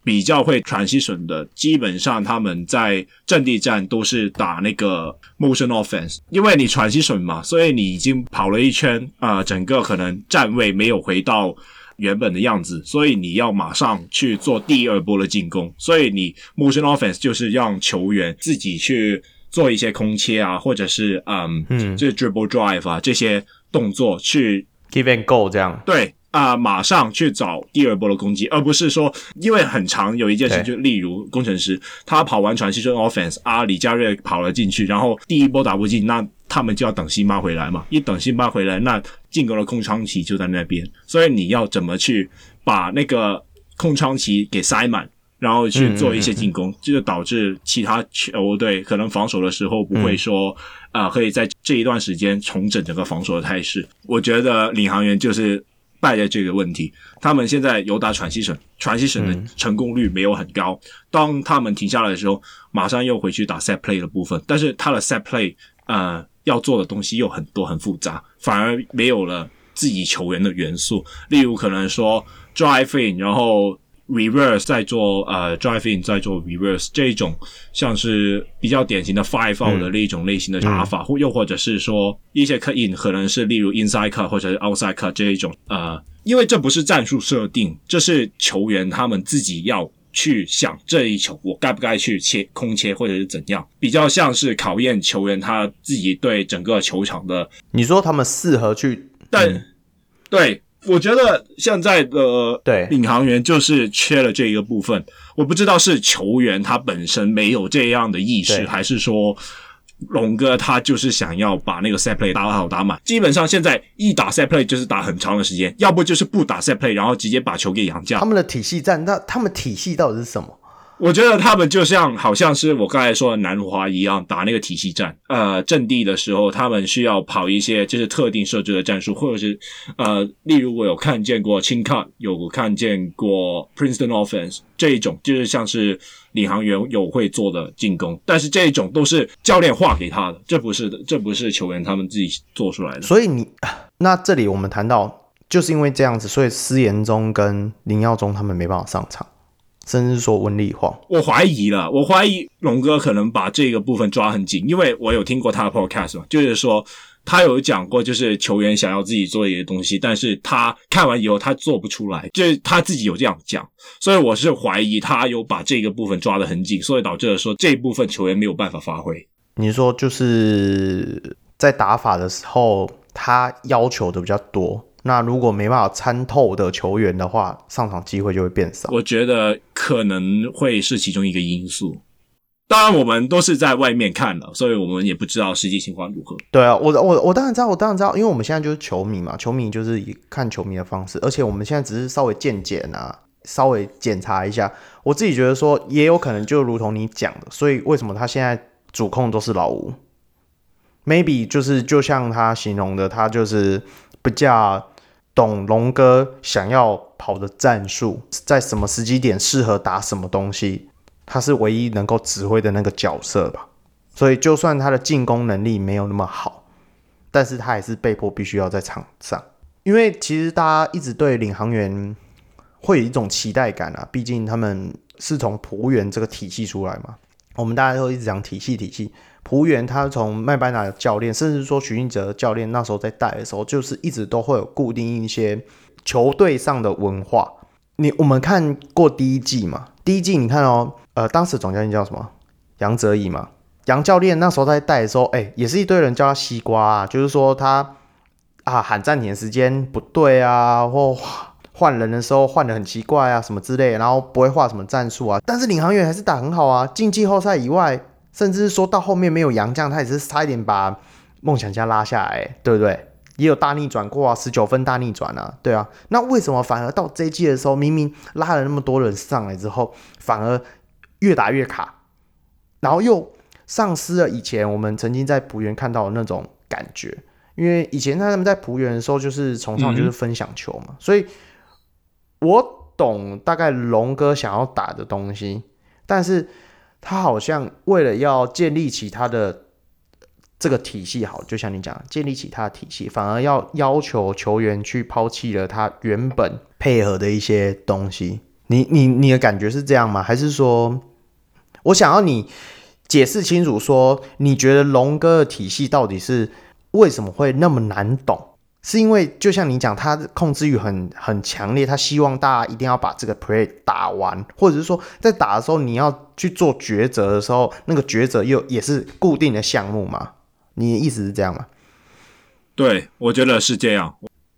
比较会 transition 的，基本上他们在阵地战都是打那个 motion offense， 因为你 transition 嘛，所以你已经跑了一圈整个可能站位没有回到原本的样子，所以你要马上去做第二波的进攻，所以你 motion offense 就是让球员自己去做一些空切啊，或者是就是 dribble drive 啊这些动作去 give and go 这样。 对马上去找第二波的攻击，而不是说因为很长有一件事，就例如工程师他跑完transition offense李佳瑞跑了进去，然后第一波打不进，那他们就要等辛巴回来嘛，一等辛巴回来，那进攻的空窗期就在那边，所以你要怎么去把那个空窗期给塞满，然后去做一些进攻，这就导致其他球队可能防守的时候不会说可以在这一段时间重整整个防守的态势。我觉得领航员就是败在这个问题，他们现在有打transition的成功率没有很高，当他们停下来的时候马上又回去打 set play 的部分，但是他的 set play要做的东西又很多很复杂，反而没有了自己球员的元素，例如可能说 drive in 然后 reverse 再做drive in 再做 reverse 这一种像是比较典型的 five out 的那种类型的打法，又或者是说一些 cut in 可能是例如 inside cut 或者是 outside cut 这一种因为这不是战术设定，这是球员他们自己要去想这一球我该不该去空切或者是怎样，比较像是考验球员他自己对整个球场的。 你说他们适合去对，我觉得现在的领航员就是缺了这一个部分，我不知道是球员他本身没有这样的意识，还是说龙哥他就是想要把那个 set play 打好打满，基本上现在一打 set play 就是打很长的时间，要不就是不打 set play 然后直接把球给养家。 他们的体系战，那他们体系到底是什么？ 我觉得他们就像好像是我刚才说的南华一样打那个体系战，阵地的时候他们需要跑一些就是特定设置的战术，或者是例如我有看见过轻 cut， 有看见过 Princeton offense 这一种，就是像是领航员有会做的进攻，但是这一种都是教练画给他的，这不是球员他们自己做出来的。 所以那这里我们谈到就是因为这样子，所以施延宗跟林耀宗他们没办法上场，甚至说温丽煌。我怀疑龙哥可能把这个部分抓很紧，因为我有听过他的 podcast 嘛，就是说他有讲过就是球员想要自己做一些东西，但是他看完以后他做不出来，就是他自己有这样讲，所以我是怀疑他有把这个部分抓得很紧，所以导致了说这一部分球员没有办法发挥。 你说就是在打法的时候他要求的比较多，那如果没办法参透的球员的话，上场机会就会变少。 我觉得可能会是其中一个因素。当然我们都是在外面看了，所以我们也不知道实际情况如何。 对啊，我当然知道，因为我们现在就是球迷嘛，球迷就是以看球迷的方式，而且我们现在只是稍微稍微检查一下。我自己觉得说也有可能就如同你讲的，所以为什么他现在主控都是老吴 maybe 就像他形容的，他就是比较懂龙哥想要跑的战术，在什么时机点适合打什么东西，他是唯一能够指挥的那个角色吧。所以就算他的进攻能力没有那么好，但是他还是被迫必须要在场上。因为其实大家一直对领航员会有一种期待感啊，毕竟他们是从璞园这个体系出来嘛。我们大家都一直讲体系，璞园他从麦班纳的教练，甚至说许晋哲教练那时候在带的时候，就是一直都会有固定一些球队上的文化。我们看过第一季嘛？第一季你看当时总教练叫什么？杨哲仪嘛。杨教练那时候在带的时候，也是一堆人叫他西瓜啊，就是说他喊暂停的时间不对啊，或换人的时候换得很奇怪啊，什么之类的，然后不会画什么战术啊。但是领航员还是打很好啊，进季后赛以外，甚至是说到后面没有洋将，他也是差一点把梦想家拉下来，对不对？也有大逆转过啊，19分大逆转啊，对啊。那为什么反而到这一季的时候，明明拉了那么多人上来之后，反而越打越卡，然后又丧失了以前我们曾经在璞园看到的那种感觉？因为以前他们在璞园的时候，就是崇尚就是分享球嘛，所以我懂大概龙哥想要打的东西，但是他好像为了要建立起他的这个体系，好，就像你讲，建立起他的体系，反而要求球员去抛弃了他原本配合的一些东西， 你的感觉是这样吗？还是说，我想要你解释清楚说，你觉得龙哥的体系到底是为什么会那么难懂？是因为就像你讲，他控制欲很强烈，他希望大家一定要把这个 play 打完，或者是说在打的时候你要去做抉择的时候，那个抉择也是固定的项目嘛？你的意思是这样吗？ 对，我觉得是这样。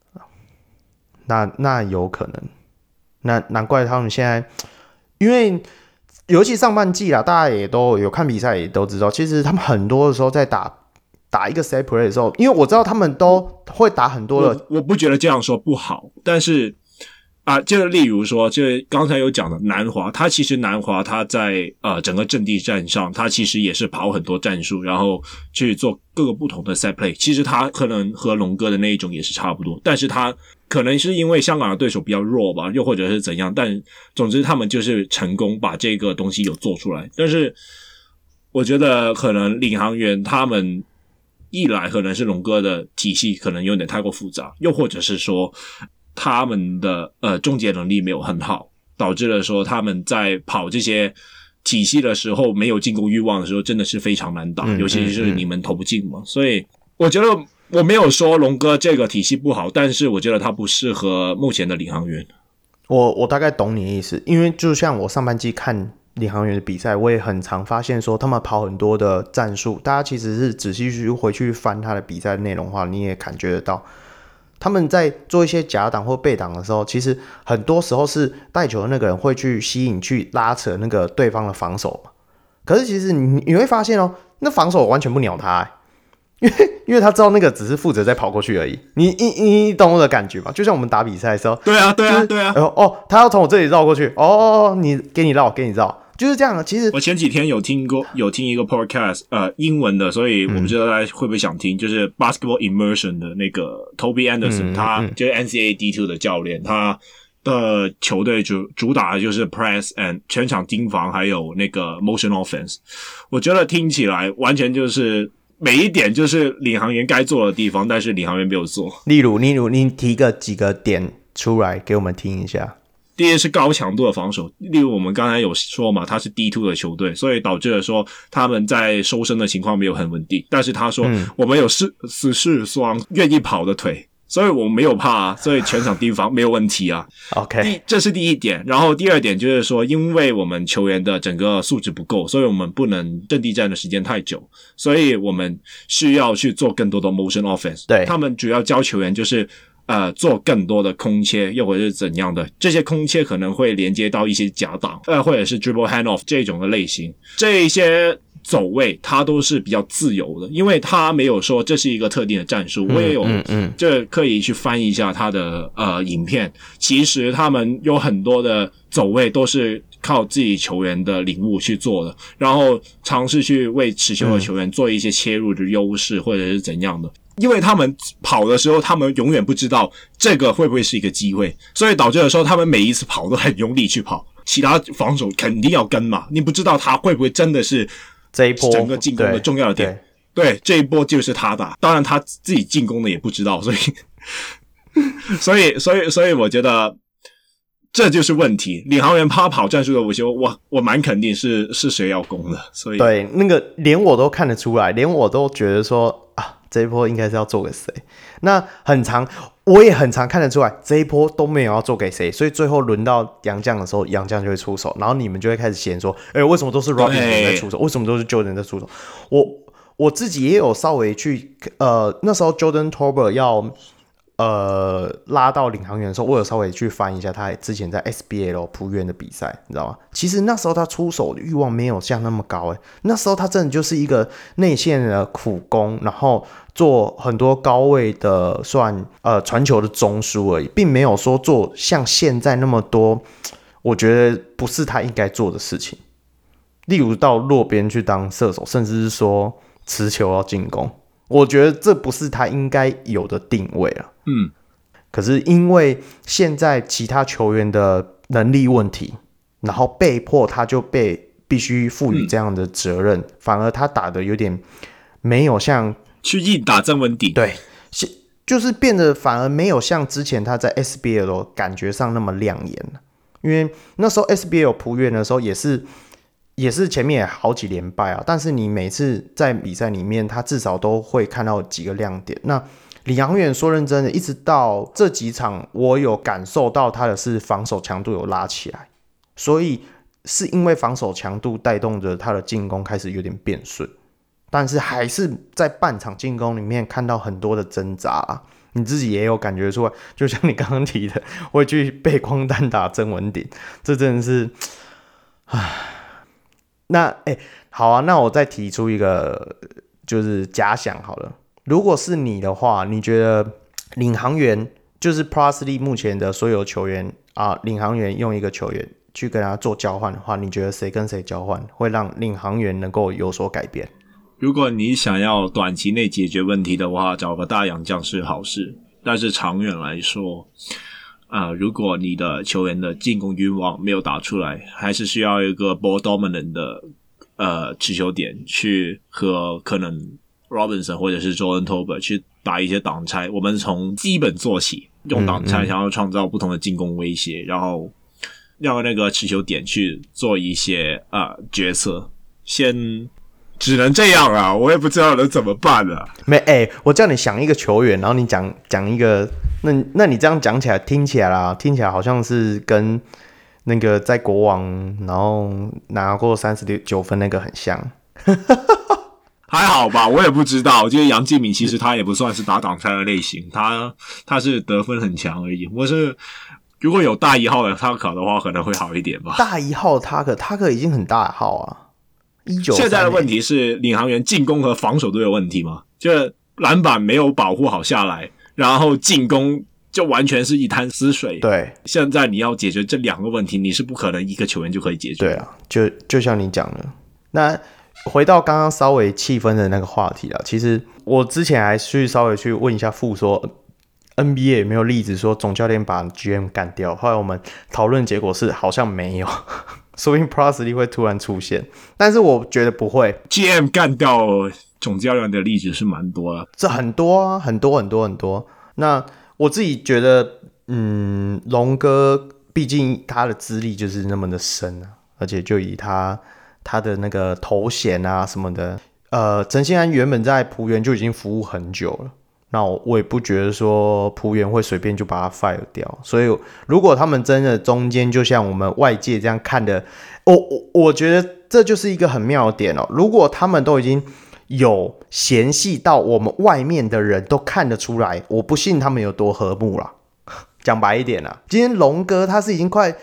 那有可能，难怪他们现在，因为尤其上半季啦，大家也都有看比赛，也都知道，其实他们很多的时候在打一个 set play 的时候，因为我知道他们都会打很多的， 我不觉得这样说不好，但是就例如说，就刚才有讲的南华，他其实南华他在整个阵地战上，他其实也是跑很多战术，然后去做各个不同的 set play。其实他可能和龙哥的那一种也是差不多，但是他可能是因为香港的对手比较弱吧，又或者是怎样，但总之他们就是成功把这个东西有做出来。但是我觉得可能领航员他们一来可能是龙哥的体系可能有点太过复杂，又或者是说他们的终结能力没有很好，导致了说他们在跑这些体系的时候没有进攻欲望的时候真的是非常难打，尤其是你们投不进嘛。所以我觉得我没有说龙哥这个体系不好，但是我觉得他不适合目前的领航员。 我大概懂你的意思，因为就像我上半季看领航员的比赛，我也很常发现说他们跑很多的战术，大家其实是仔细去回去翻他的比赛内容的话，你也感觉得到。他们在做一些假挡或背挡的时候，其实很多时候是带球的那个人会去吸引、去拉扯那个对方的防守嘛。可是其实你会发现那防守完全不鸟他，因为他知道那个只是负责再跑过去而已。你懂我的感觉吗？就像我们打比赛的时候， 对啊， 他要从我这里绕过去，给你绕，就是这样的。其实我前几天有听一个 podcast， 英文的，所以我不知道大家会不会想听，就是 Basketball Immersion 的那个 Toby Anderson，他就是 NCAA D2 的教练，他的球队主打的就是 press and 全场盯防，还有那个 motion offense。我觉得听起来完全就是每一点就是领航员该做的地方，但是领航员没有做。 例如，你提几个点出来给我们听一下。 第一是高强度的防守，例如我们刚才有说嘛，他是 D2 的球队，所以导致了说他们在收身的情况没有很稳定。但是他说我们有死士双愿意跑的腿，所以我们没有怕所以全场盯防没有问题啊。 OK， 这是第一点。然后第二点就是说，因为我们球员的整个素质不够，所以我们不能阵地战的时间太久，所以我们需要去做更多的 motion offense。 对， 他们主要教球员就是做更多的空切，又或者是怎样的，这些空切可能会连接到一些假挡，或者是 dribble handoff 这种的类型，这一些走位它都是比较自由的，因为他没有说这是一个特定的战术。我也有这可以去翻译一下他的影片，其实他们有很多的走位都是靠自己球员的领悟去做的，然后尝试去为持球的球员做一些切入的优势或者是怎样的。因为他们跑的时候，他们永远不知道这个会不会是一个机会，所以导致的时候，他们每一次跑都很用力去跑，其他防守肯定要跟嘛，你不知道他会不会真的是这一波整个进攻的重要的点。对，这一波就是他打，当然他自己进攻的也不知道，所以我觉得这就是问题。领航员他跑战术的维修，我蛮肯定是谁要攻的，所以对那个连我都看得出来，连我都觉得说这一波应该是要做给谁？那我也很常看得出来，这一波都没有要做给谁，所以最后轮到洋将的时候，洋将就会出手，然后你们就会开始嫌说，为什么都是 Robinson 在出手？为什么都是 Jordan 在出手？我自己也有稍微去，那时候 Jordan Torber 要拉到领航员的时候，我有稍微去翻一下他之前在 SBL 璞园的比赛，你知道吗？其实那时候他出手的欲望没有像那么高，那时候他真的就是一个内线的苦攻，然后做很多高位的传球的中枢而已，并没有说做像现在那么多，我觉得不是他应该做的事情。例如到落边去当射手，甚至是说持球要进攻，我觉得这不是他应该有的定位啊。可是因为现在其他球员的能力问题，然后被迫他就必须赋予这样的责任，反而他打的有点没有像去硬打曾文鼎， 对，就是变得反而没有像之前他在 SBL 感觉上那么亮眼了。 因为那时候 SBL 有璞园的时候也是前面也好几连败啊，但是你每次在比赛里面，他至少都会看到几个亮点。那领航员说认真的，一直到这几场，我有感受到他的是防守强度有拉起来，所以是因为防守强度带动着他的进攻开始有点变顺，但是还是在半场进攻里面看到很多的挣扎啊。你自己也有感觉出来，就像你刚刚提的，会去背光单打曾文鼎，这真的是，唉。那好啊，那我再提出一个就是假想好了，如果是你的话，你觉得领航员就是 Plus League 目前的所有球员啊，领航员用一个球员去跟他做交换的话，你觉得谁跟谁交换会让领航员能够有所改变？ 如果你想要短期内解决问题的话，找个大洋将是好事，但是长远来说如果你的球员的进攻欲望没有打出来，还是需要一个 ball dominant 的持球点去和可能 Robinson 或者是 Jordan Tolbert 去打一些挡拆。我们从基本做起，用挡拆想要创造不同的进攻威胁，然后让那个持球点去做一些决策。先只能这样啊，我也不知道能怎么办啊。 我叫你想一个球员，然后你讲一个。那你这样讲起来，听起来好像是跟那个在国王然后拿过39分那个很像。 还好吧，我也不知道。我觉得杨敬敏其实他也不算是打挡拆的类型，他是得分很强而已。我是如果有大1号的塔克的话，可能会好一点吧。 大1号塔克已经很大号啊。 现在的问题是领航员进攻和防守都有问题吗？就是篮板没有保护好下来。然后进攻就完全是一滩死水。 对， 现在你要解决这2个问题，你是不可能一个球员就可以解决。 对啊，就像你讲的。那回到刚刚稍微气氛的那个话题啦，其实我之前还稍微去问一下傅说 NBA 有没有例子说总教练把 GM 干掉，后来我们讨论结果是好像没有。说不定 Plus League 会突然出现，但是我觉得不会。 GM 干掉总教练的例子是蛮多的， 这很多啊，很多。那我自己觉得，龙哥毕竟他的资历就是那么的深啊，而且就以他的那个头衔啊什么的，陈信安原本在璞园就已经服务很久了。那我也不觉得说璞园会随便就把他 fire 掉，所以如果他们真的中间就像我们外界这样看的，我觉得这就是一个很妙的点哦。如果他们都已经有嫌隙到我们外面的人都看得出来，我不信他们有多和睦啦。讲白一点啦，今天龙哥他是已经快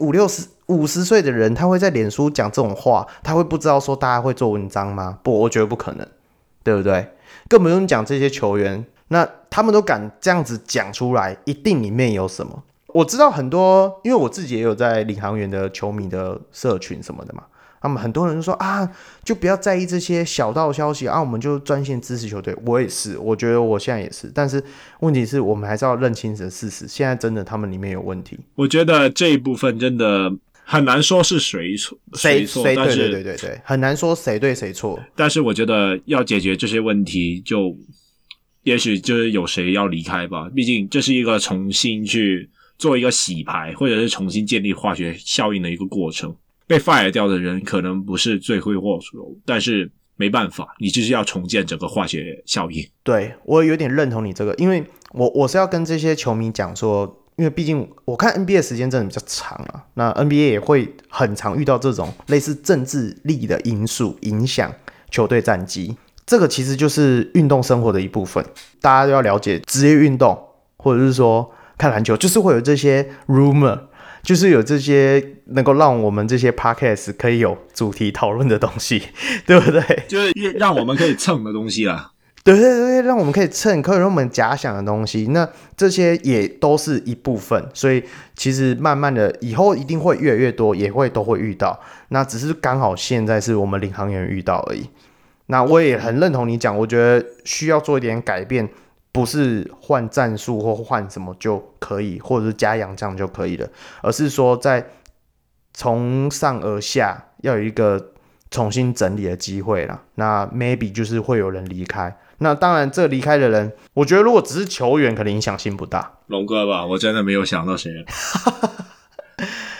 50岁的人，他会在脸书讲这种话，他会不知道说大家会做文章吗？不，我觉得不可能，对不对？更不用讲这些球员，那他们都敢这样子讲出来，一定里面有什么。我知道很多，因为我自己也有在领航员的球迷的社群什么的嘛，他们很多人就说啊，就不要在意这些小道消息啊，我们就专心支持球队。我也是，我觉得我现在也是，但是问题是我们还是要认清这事实，现在真的他们里面有问题。 我觉得这一部分真的很难说是谁错，但是对，很难说谁对谁错。 但是我觉得要解决这些问题，就也许就是有谁要离开吧。毕竟这是一个重新去做一个洗牌，或者是重新建立化学效应的一个过程。被 fire 掉的人可能不是罪魁祸首，但是没办法，你就是要重建整个化学效应。 对，我有点认同你这个，因为我是要跟这些球迷讲说，因为毕竟我看 NBA 的时间真的比较长啊，那 NBA 也会很常遇到这种类似政治力的因素影响球队战绩，这个其实就是运动生活的一部分。大家都要了解职业运动，或者是说看篮球，就是会有这些 rumor， 就是有这些能够让我们这些 podcast 可以有主题讨论的东西，对不对？ 就是让我们可以蹭的东西啦。 对，让我们可以蹭，可以让我们假想的东西，那这些也都是一部分，所以其实慢慢的以后一定会越来越多，也会都会遇到，那只是刚好现在是我们领航员遇到而已。那我也很认同你讲，我觉得需要做一点改变，不是换战术或换什么就可以，或者是加洋将就可以了，而是说在从上而下要有一个重新整理的机会啦。那 maybe 就是会有人离开，那当然这离开的人，我觉得如果只是球员可能影响性不大。 龙哥吧，我真的没有想到谁。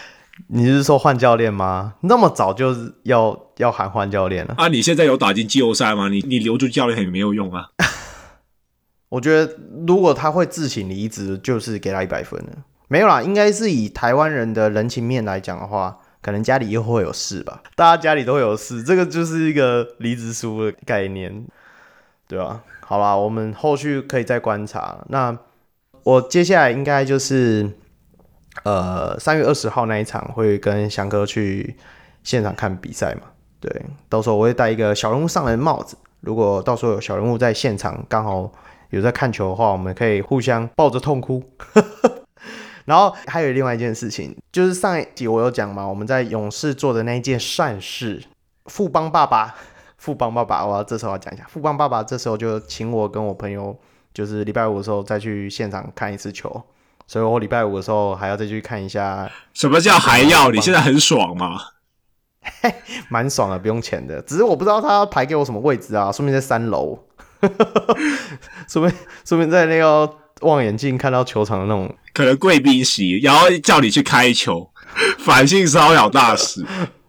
你是说换教练吗？那么早就是要喊换教练了啊？你现在有打进季后赛吗？你留住教练也没有用啊。 我觉得如果他会自请离职，就是给他100分了。没有啦，应该是以台湾人的人情面来讲的话，可能家里又会有事吧，大家家里都会有事，这个就是一个离职书的概念，对吧？好啦，我们后续可以再观察。那我接下来应该就是3月20号那一场会跟翔哥去现场看比赛嘛，对，到时候我会戴一个小人物上人帽子，如果到时候有小人物在现场刚好有在看球的话，我们可以互相抱着痛哭。然后还有另外一件事情，就是上一集我有讲嘛，我们在勇士做的那一件善事，富邦爸爸，我要这时候要讲一下，富邦爸爸这时候就请我跟我朋友，就是礼拜五的时候再去现场看一次球，所以我礼拜五的时候还要再去看一下。什么叫还要？你现在很爽吗？ 蛮爽的，不用钱的，只是我不知道他排给我什么位置啊，说明在3楼。说明在那个望远镜看到球场的那种， 可能贵宾席，然后叫你去开球，反性骚扰大使，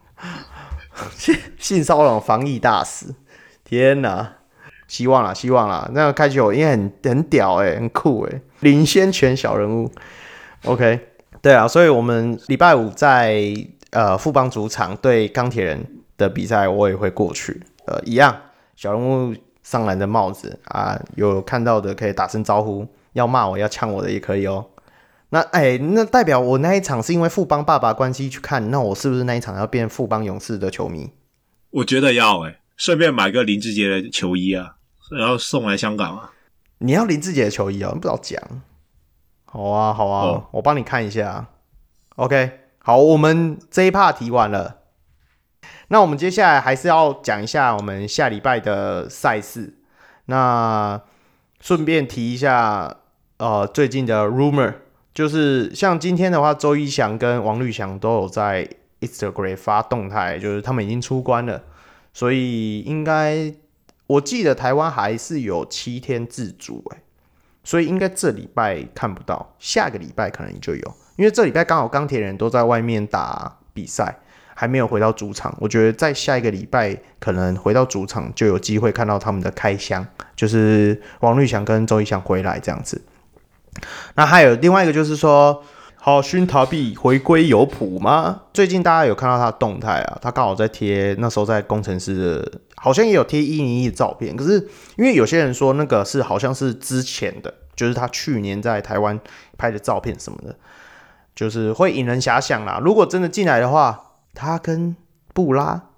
性骚扰防疫大使，天哪！希望啦，那个开球应该很屌很酷领先全小人物。OK， 对啊，所以我们礼拜五在富邦主场对钢铁人的比赛，我也会过去。一样，小人物上篮的帽子啊，有看到的可以打声招呼，要骂我要呛我的也可以哦。那代表我那一场是因为富邦爸爸关系去看，那我是不是那一场要变富邦勇士的球迷？ 我觉得要顺便买个林志杰的球衣啊，然后送来香港啊。 你要林志杰的球衣哦？你不知道讲。好啊，我帮你看一下。OK， 好，我们这一 part 提完了。那我们接下来还是要讲一下我们下礼拜的赛事。那顺便提一下，最近的 rumor， 就是像今天的话，周一翔跟王律翔都有在 Instagram 发动态，就是他们已经出关了，所以应该我记得台湾还是有7天自主所以应该这礼拜看不到，下个礼拜可能就有，因为这礼拜刚好钢铁人都在外面打比赛。还没有回到主场，我觉得在下一个礼拜可能回到主场就有机会看到他们的开箱，就是王律翔跟周一翔回来这样子。那还有另外一个就是说，好，勋塔比回归有谱吗？最近大家有看到他的动态啊，他刚好在贴那时候在工程师的，好像也有贴101的照片，可是因为有些人说那个是好像是之前的，就是他去年在台湾拍的照片什么的，就是会引人遐想啦。如果真的进来的话，他跟布拉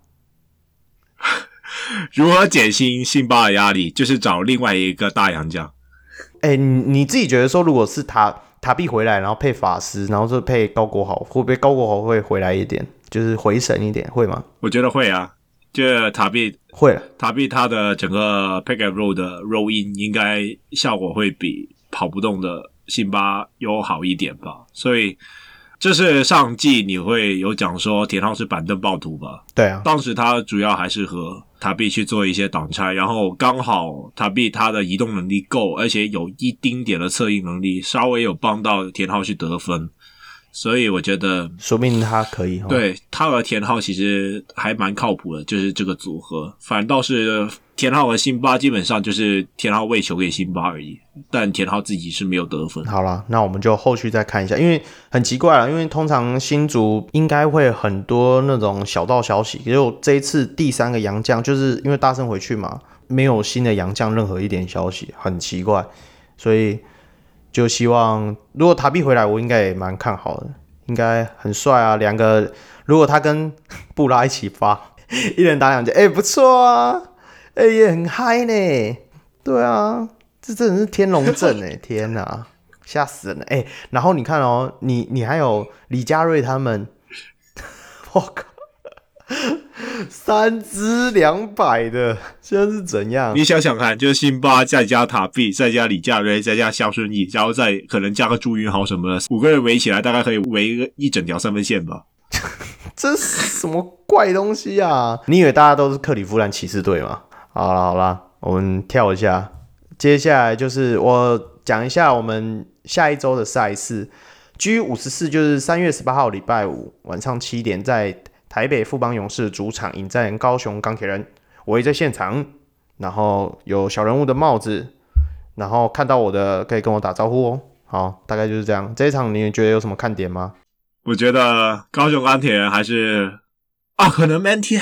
如何减轻辛巴的压力？就是找另外一个大洋将。 你自己觉得说，如果是塔比回来，然后配法师，然后就配高国豪，会不会高国豪会回来一点，就是回神一点，会吗？ 我觉得会啊，就塔比会了， 塔比他的整个 pick and roll 的 roll in 应该效果会比跑不动的辛巴有好一点吧，所以。这是上季你会有讲说田浩是板凳暴徒吧？ 对啊， 当时他主要还是和塔比去做一些挡拆，然后刚好塔比他的移动能力够，而且有一丁点的策应能力，稍微有帮到田浩去得分，所以我觉得说明他可以。 对，他和田浩其实还蛮靠谱的，就是这个组合。反倒是田浩和辛巴基本上就是田浩喂球给辛巴而已，但田浩自己是没有得分。 好啦，那我们就后续再看一下，因为很奇怪啦，因为通常新竹应该会很多那种小道消息，结果这一次第3个洋将，就是因为大圣回去嘛，没有新的洋将任何一点消息，很奇怪，所以就希望如果塔比回来，我应该也蛮看好的，应该很帅啊，两个如果他跟布拉一起发，一人打2架，不错啊。也很嗨呢，对啊，这真的是天龙阵天哪，吓死人了然后你看哦，你还有李佳瑞他们，我靠，3支200的，现在是怎样？ 你想想看，就是辛巴再加塔比，再加李佳瑞，再加肖顺义，然后再可能加个朱云豪什么的，5个人围起来，大概可以围一整条3分线吧。 这是什么怪东西啊？你以为大家都是克里夫兰骑士队吗？好啦，我们跳一下，接下来就是我讲一下我们下一周的赛事。 G54就是3月18号礼拜五晚上7点，在台北富邦勇士主场迎战高雄钢铁人。我也在现场，然后有小人物的帽子，然后看到我的可以跟我打招呼哦。好，大概就是这样。这一场你觉得有什么看点吗？ 我觉得高雄钢铁人还是可能 Manty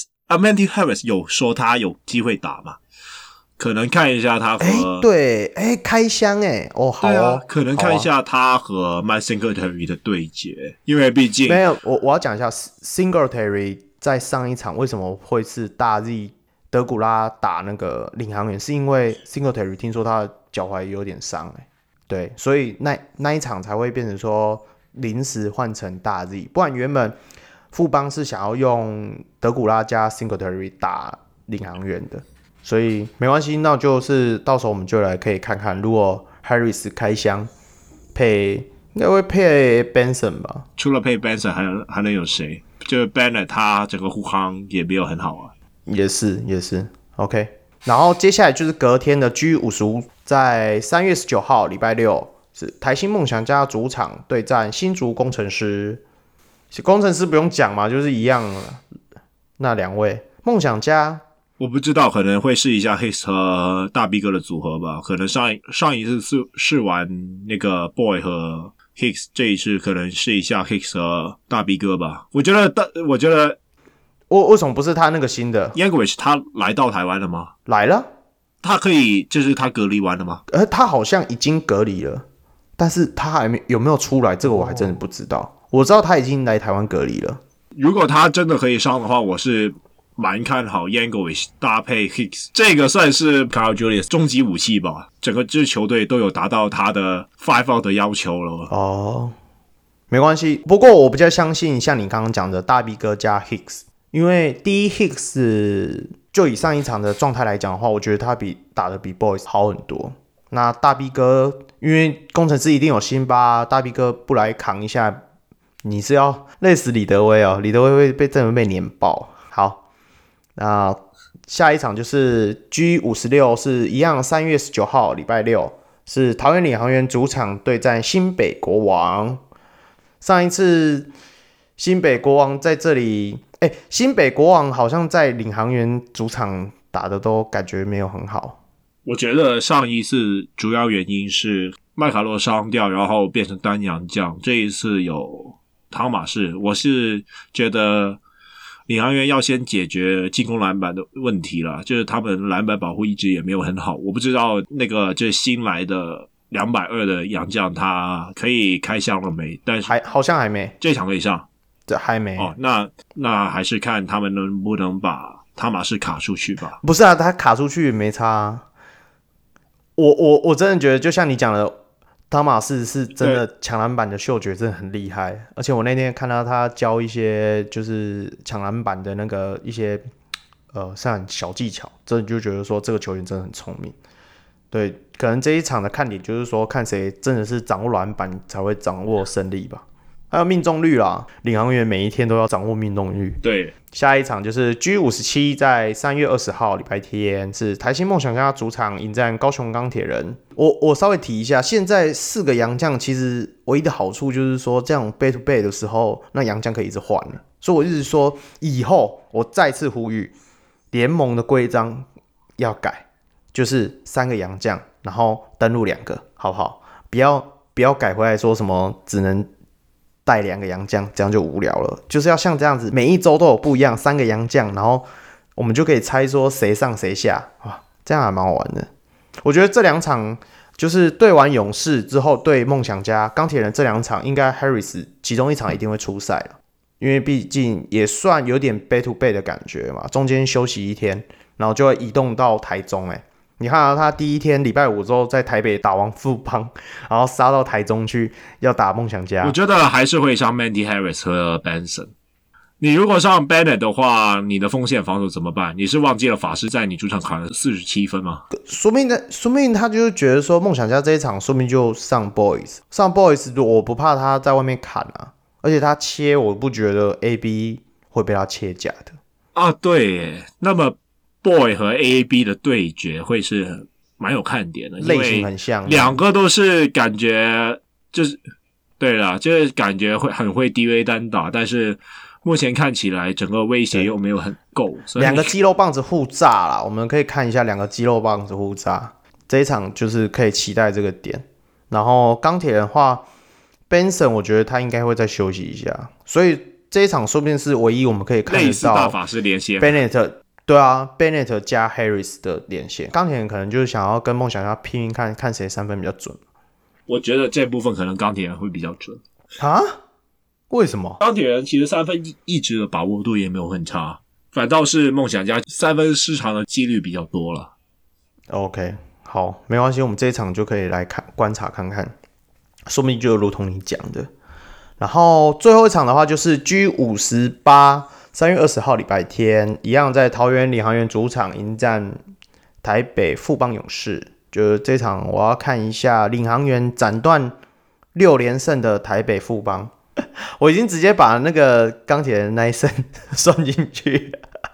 Harris 有说他有机会打嘛，可能看一下他和对，开箱好哦， 可能看一下他和 Mike Singletary 的对决，因为毕竟没有我要讲一下 Singletary 在上一场为什么会是大 Z 德古拉打那个领航员，是因为 Singletary 听说他的脚踝有点伤对，所以那一场才会变成说临时换成大 Z， 不然原本富邦是想要用德古拉加 Singletary 打领航员的，所以没关系，那就是到时候我们就来可以看看，如果 Harris 开箱应该会配 Benson 吧？ 除了配 Benson 还能有谁？就是 Bennett 他整个护航也没有很好啊。 也是 OK。然后接下来就是隔天的 G55， 在3月19号礼拜六是台新梦想家主场对战新竹工程师。工程师不用讲嘛，就是一样了。那两位梦想家， 我不知道，可能会试一下 Hicks 和大 B 哥的组合吧。可能上一次试完那个 Boy 和 Hicks， 这一次可能试一下 Hicks 和大 B 哥吧。我觉得为什么不是他那个新的 Yankovic 他来到台湾了吗？ 来了， 他可以就是他隔离完了吗？ 他好像已经隔离了，但是他有没有出来，这个我还真的不知道。我知道他已经来台湾隔离了。 如果他真的可以上的话，我是蛮看好 Yankovic 搭配 Hicks， 这个算是 Carl Julius 终极武器吧。整个支球队都有达到他的 5 out 的要求了。 没关系。不过我比较相信像你刚刚讲的大 B 哥加 Hicks， 因为第一 Hicks 就以上一场的状态来讲的话，我觉得他打得比 Boys 好很多。那大 B 哥因为工程师一定有辛巴，大 B 哥不来扛一下，你是要累死李德威哦，李德威会真的被碾爆。好，那下一场就是 G56， 是一样3月19号礼拜六，是桃园领航员主场对战新北国王。上一次新北国王在这里，新北国王好像在领航员主场打的都感觉没有很好。 我觉得上一次主要原因是麦卡洛伤掉，然后变成单洋将，这一次有汤马士，我是觉得领航员要先解决进攻篮板的问题啦，就是他们篮板保护一直也没有很好。我不知道那个就是新来的220的洋将他可以开箱了没？但是好像还没， 这场可以上， 这还没那还是看他们能不能把汤马士卡出去吧。 不是啊，他卡出去也没差啊。我真的觉得，就像你讲的，汤马士是真的抢篮板的嗅觉真的很厉害，而且我那天看到他教一些就是抢篮板的那个一些像小技巧，真的就觉得说这个球员真的很聪明。对，可能这一场的看点就是说看谁真的是掌握篮板才会掌握胜利吧。还有命中率啦，领航员每一天都要掌握命中率。 对， 下一场就是 G57， 在3月20号礼拜天，是台新梦想家主场迎战高雄钢铁人。我稍微提一下，现在4个洋将其实唯一的好处就是说，这样 back to back 的时候，那洋将可以一直换了。所以我一直说，以后我再次呼吁，联盟的规章要改，就是3个洋将，然后登录2个，好不好？不要改回来说什么只能带2个洋将，这样就无聊了。就是要像这样子，每一周都有不一样3个洋将，然后我们就可以猜说谁上谁下，这样还蛮好玩的。我觉得这2场就是对完勇士之后对梦想家、钢铁人这2场，应该 Harris 其中一场一定会出赛了，因为毕竟也算有点 back to back 的感觉嘛，中间休息1天，然后就会移动到台中你看他第一天礼拜5之后在台北打完富邦，然后杀到台中去要打梦想家。 我觉得还是会上 Manty Harris 和 Benson。你如果上 Bennett 的话，你的锋线防守怎么办？你是忘记了法师在你主场砍了47分吗？ 说明他就是觉得说梦想家这一场说明就上 Boys， 我不怕他在外面砍啊，而且他切我不觉得 AB 会被他切假的对耶，那么 Boy 和 AAB 的对决会是蛮有看点的， 类型很像， 两个都是感觉就是对啦，就是感觉很会低位单打，但是目前看起来整个威胁又没有很够， 两个肌肉棒子互炸啦，我们可以看一下两个肌肉棒子互炸，这一场就是可以期待这个点。然后钢铁人的话 ，Benson 我觉得他应该会再休息一下，所以这一场说不定是唯一我们可以看得到类似大法师连线 Bennett。对啊 ，Bennett 加 Harris 的连线，钢铁人可能就是想要跟梦想家拼拼看，看谁三分比较准。 我觉得这部分可能钢铁人会比较准啊？为什么？ 钢铁人其实三分一直的把握度也没有很差，反倒是梦想家三分失常的几率比较多了。 OK， 好，没关系，我们这一场就可以来观察看看，说不定就如同你讲的。然后最后一场的话就是 G58， 3月20号礼拜天，一样在桃园领航员主场迎战台北富邦勇士。就是这场我要看一下领航员斩断6连胜的台北富邦，我已经直接把那个钢铁人那一胜算进去，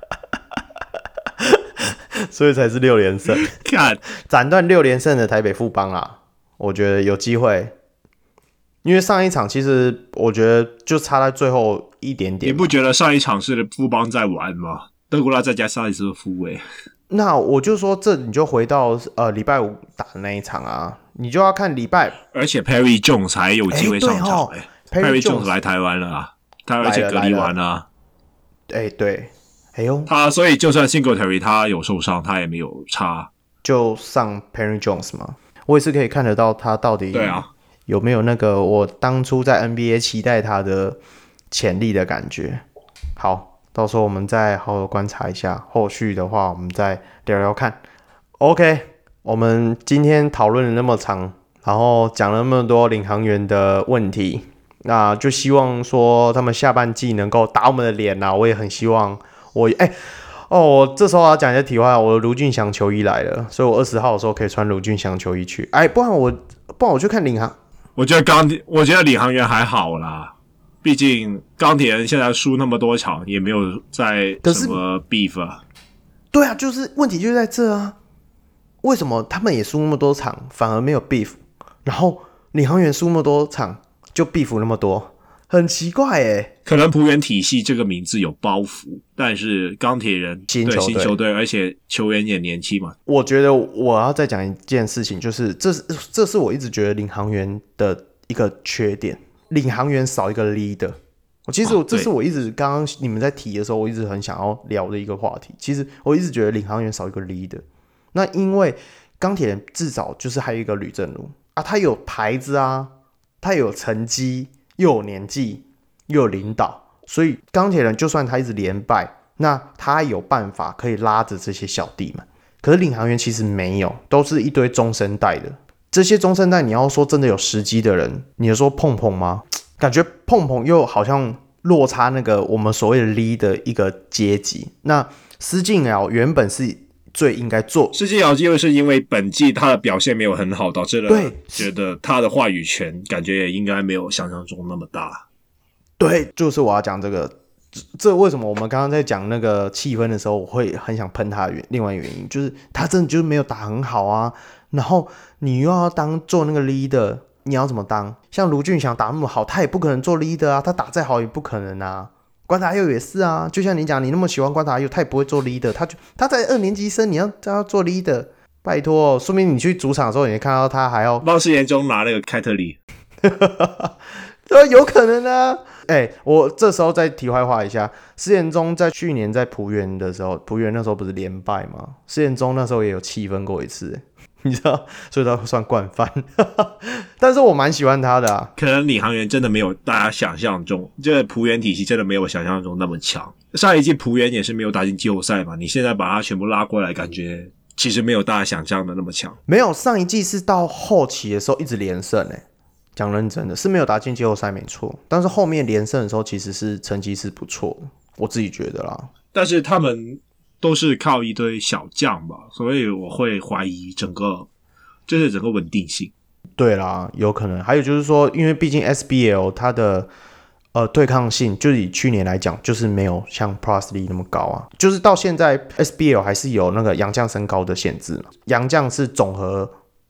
所以才是6连胜。 看斩断6连胜的台北富邦啦，我觉得有机会。因为上一场其实我觉得就差在最后一点点。 你不觉得上一场是富邦在玩吗？德古拉再加上一次副位。 那我就说，这你就回到礼拜五打的那一场啊，你就要看礼拜， 而且 Perry Jones 才有机会上场 Perry Jones 来台湾了啊，他而且隔离完了。 对，哎呦， 他所以就算 Singletary 他有受伤，他也没有差， 就上 Perry Jones 嘛，我也是可以看得到他到底有没有那个我当初在 NBA 期待他的潜力的感觉。好。到时候我们再好好观察一下，后续的话我们再聊聊看。OK， 我们今天讨论了那么长，然后讲了那么多领航员的问题，那就希望说他们下半季能够打我们的脸啊！我也很希望我这时候要讲一下题外话，我的卢俊祥球衣来了，所以我20号的时候可以穿卢俊祥球衣去。不然我去看领航。 我觉得领航员还好啦。毕竟钢铁人现在输那么多场，也没有在什么 beef 啊。 对啊，就是问题就在这啊。为什么他们也输那么多场，反而没有 beef？ 然后领航员输那么多场，就 beef 那么多，很奇怪耶。 可能璞园体系这个名字有包袱，但是钢铁人新球队，而且球员也年轻嘛。 我觉得我要再讲一件事情，就是这是我一直觉得领航员的一个缺点。领航员少一个 leader， 其实这是我一直刚刚你们在提的时候，我一直很想要聊的一个话题。其实我一直觉得领航员少一个 leader， 那因为钢铁人至少就是还有一个吕正如啊，他有牌子啊，他有成绩，又有年纪，又有领导，所以钢铁人就算他一直连败，那他有办法可以拉着这些小弟们。可是领航员其实没有，都是一堆中生代的。这些中生代，你要说真的有时机的人，你有说碰碰吗？感觉碰碰又好像落差那个我们所谓的 lead 的一个阶级。那施晋尧原本是最应该做， 施晋尧就是因为本季他的表现没有很好，导致了觉得他的话语权感觉也应该没有想象中那么大。 对，就是我要讲这个。这为什么我们刚刚在讲那个气氛的时候，我会很想喷他的另外一个原因，就是他真的就是没有打很好啊。然后你又要做那个 leader， 你要怎么当？像卢俊祥打那么好，他也不可能做 leader 啊，他打再好也不可能啊。关达佑也是啊，就像你讲，你那么喜欢关达佑，他也不会做 leader， 他在2年级生，你要叫他做 leader， 拜托，说明你去主场的时候，你会看到他还要帮世研中拿那个凯特利， 有可能啊。我这时候再题外话一下，施延中在去年在璞园的时候，璞园那时候不是连败吗？施延中那时候也有气氛过一次，你知道，所以他算惯犯。但是我蛮喜欢他的啊。 可能领航员真的没有大家想象中，这个璞园体系真的没有想象中那么强。上一季璞园也是没有打进季后赛嘛，你现在把他全部拉过来，感觉其实没有大家想象的那么强。 没有，上一季是到后期的时候一直连胜讲认真的是没有打进季后赛没错，但是后面连胜的时候其实是成绩是不错的，我自己觉得啦。 但是他们都是靠一堆小将吧，所以我会怀疑整个稳定性。 对啦，有可能。还有就是说，因为毕竟 SBL 它的对抗性，就是以去年来讲，就是没有像 Plus League 那么高啊。就是到现在 SBL 还是有那个洋将身高的限制嘛，洋将是总和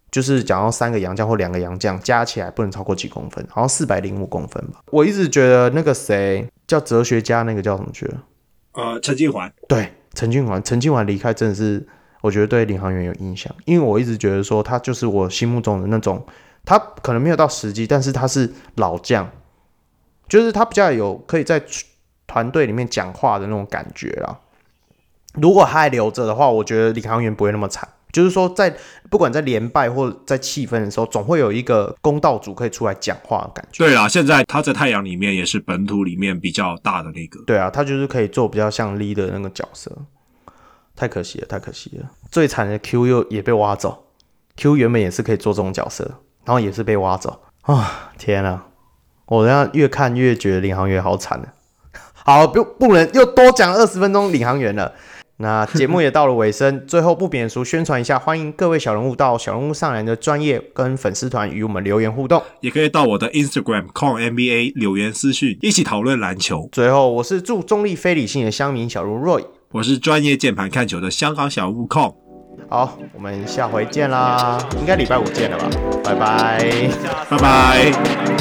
就是讲到3个洋将或2个洋将加起来不能超过几公分，好像405公分吧。我一直觉得那个谁叫哲学家，那个叫什么去了？ 陈金环。 对，陈金环离开真的是，我觉得对领航员有影响，因为我一直觉得说他就是我心目中的那种，他可能没有到10级，但是他是老将，就是他比较有可以在团队里面讲话的那种感觉啦。如果他还留着的话，我觉得领航员不会那么惨。就是说不管在连败或在气氛的时候，总会有一个公道主可以出来讲话的感觉。 对啦，现在他在太阳里面也是本土里面比较大的那个。 对啊，他就是可以做比较像 leader 的那个角色。太可惜了，太可惜了。最惨的 Q 也被挖走 ，Q 原本也是可以做这种角色，然后也是被挖走啊！天啊，我这样越看越觉得领航员好惨了。好，不能又多讲20分钟领航员了。那节目也到了尾声，最后不免俗宣传一下，欢迎各位小人物到小人物上篮的专业跟粉丝团与我们留言互动， 也可以到我的 Instagram @NBA 留言私讯，一起讨论篮球。 最后，我是住中立非理性的乡民小如 Roy， 我是专业键盘看球的香港小物控。 好，我们下回见啦，应该礼拜5见了吧？拜拜， 拜拜。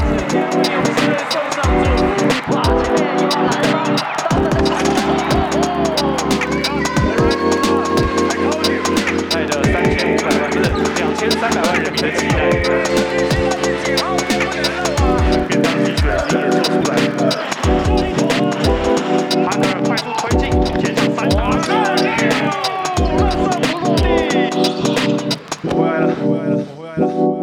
2500万人的期待，便当技术的经验做出来。哈德尔快速推进，前场3打，热射不落地。我回来了，我回来了，我回来了。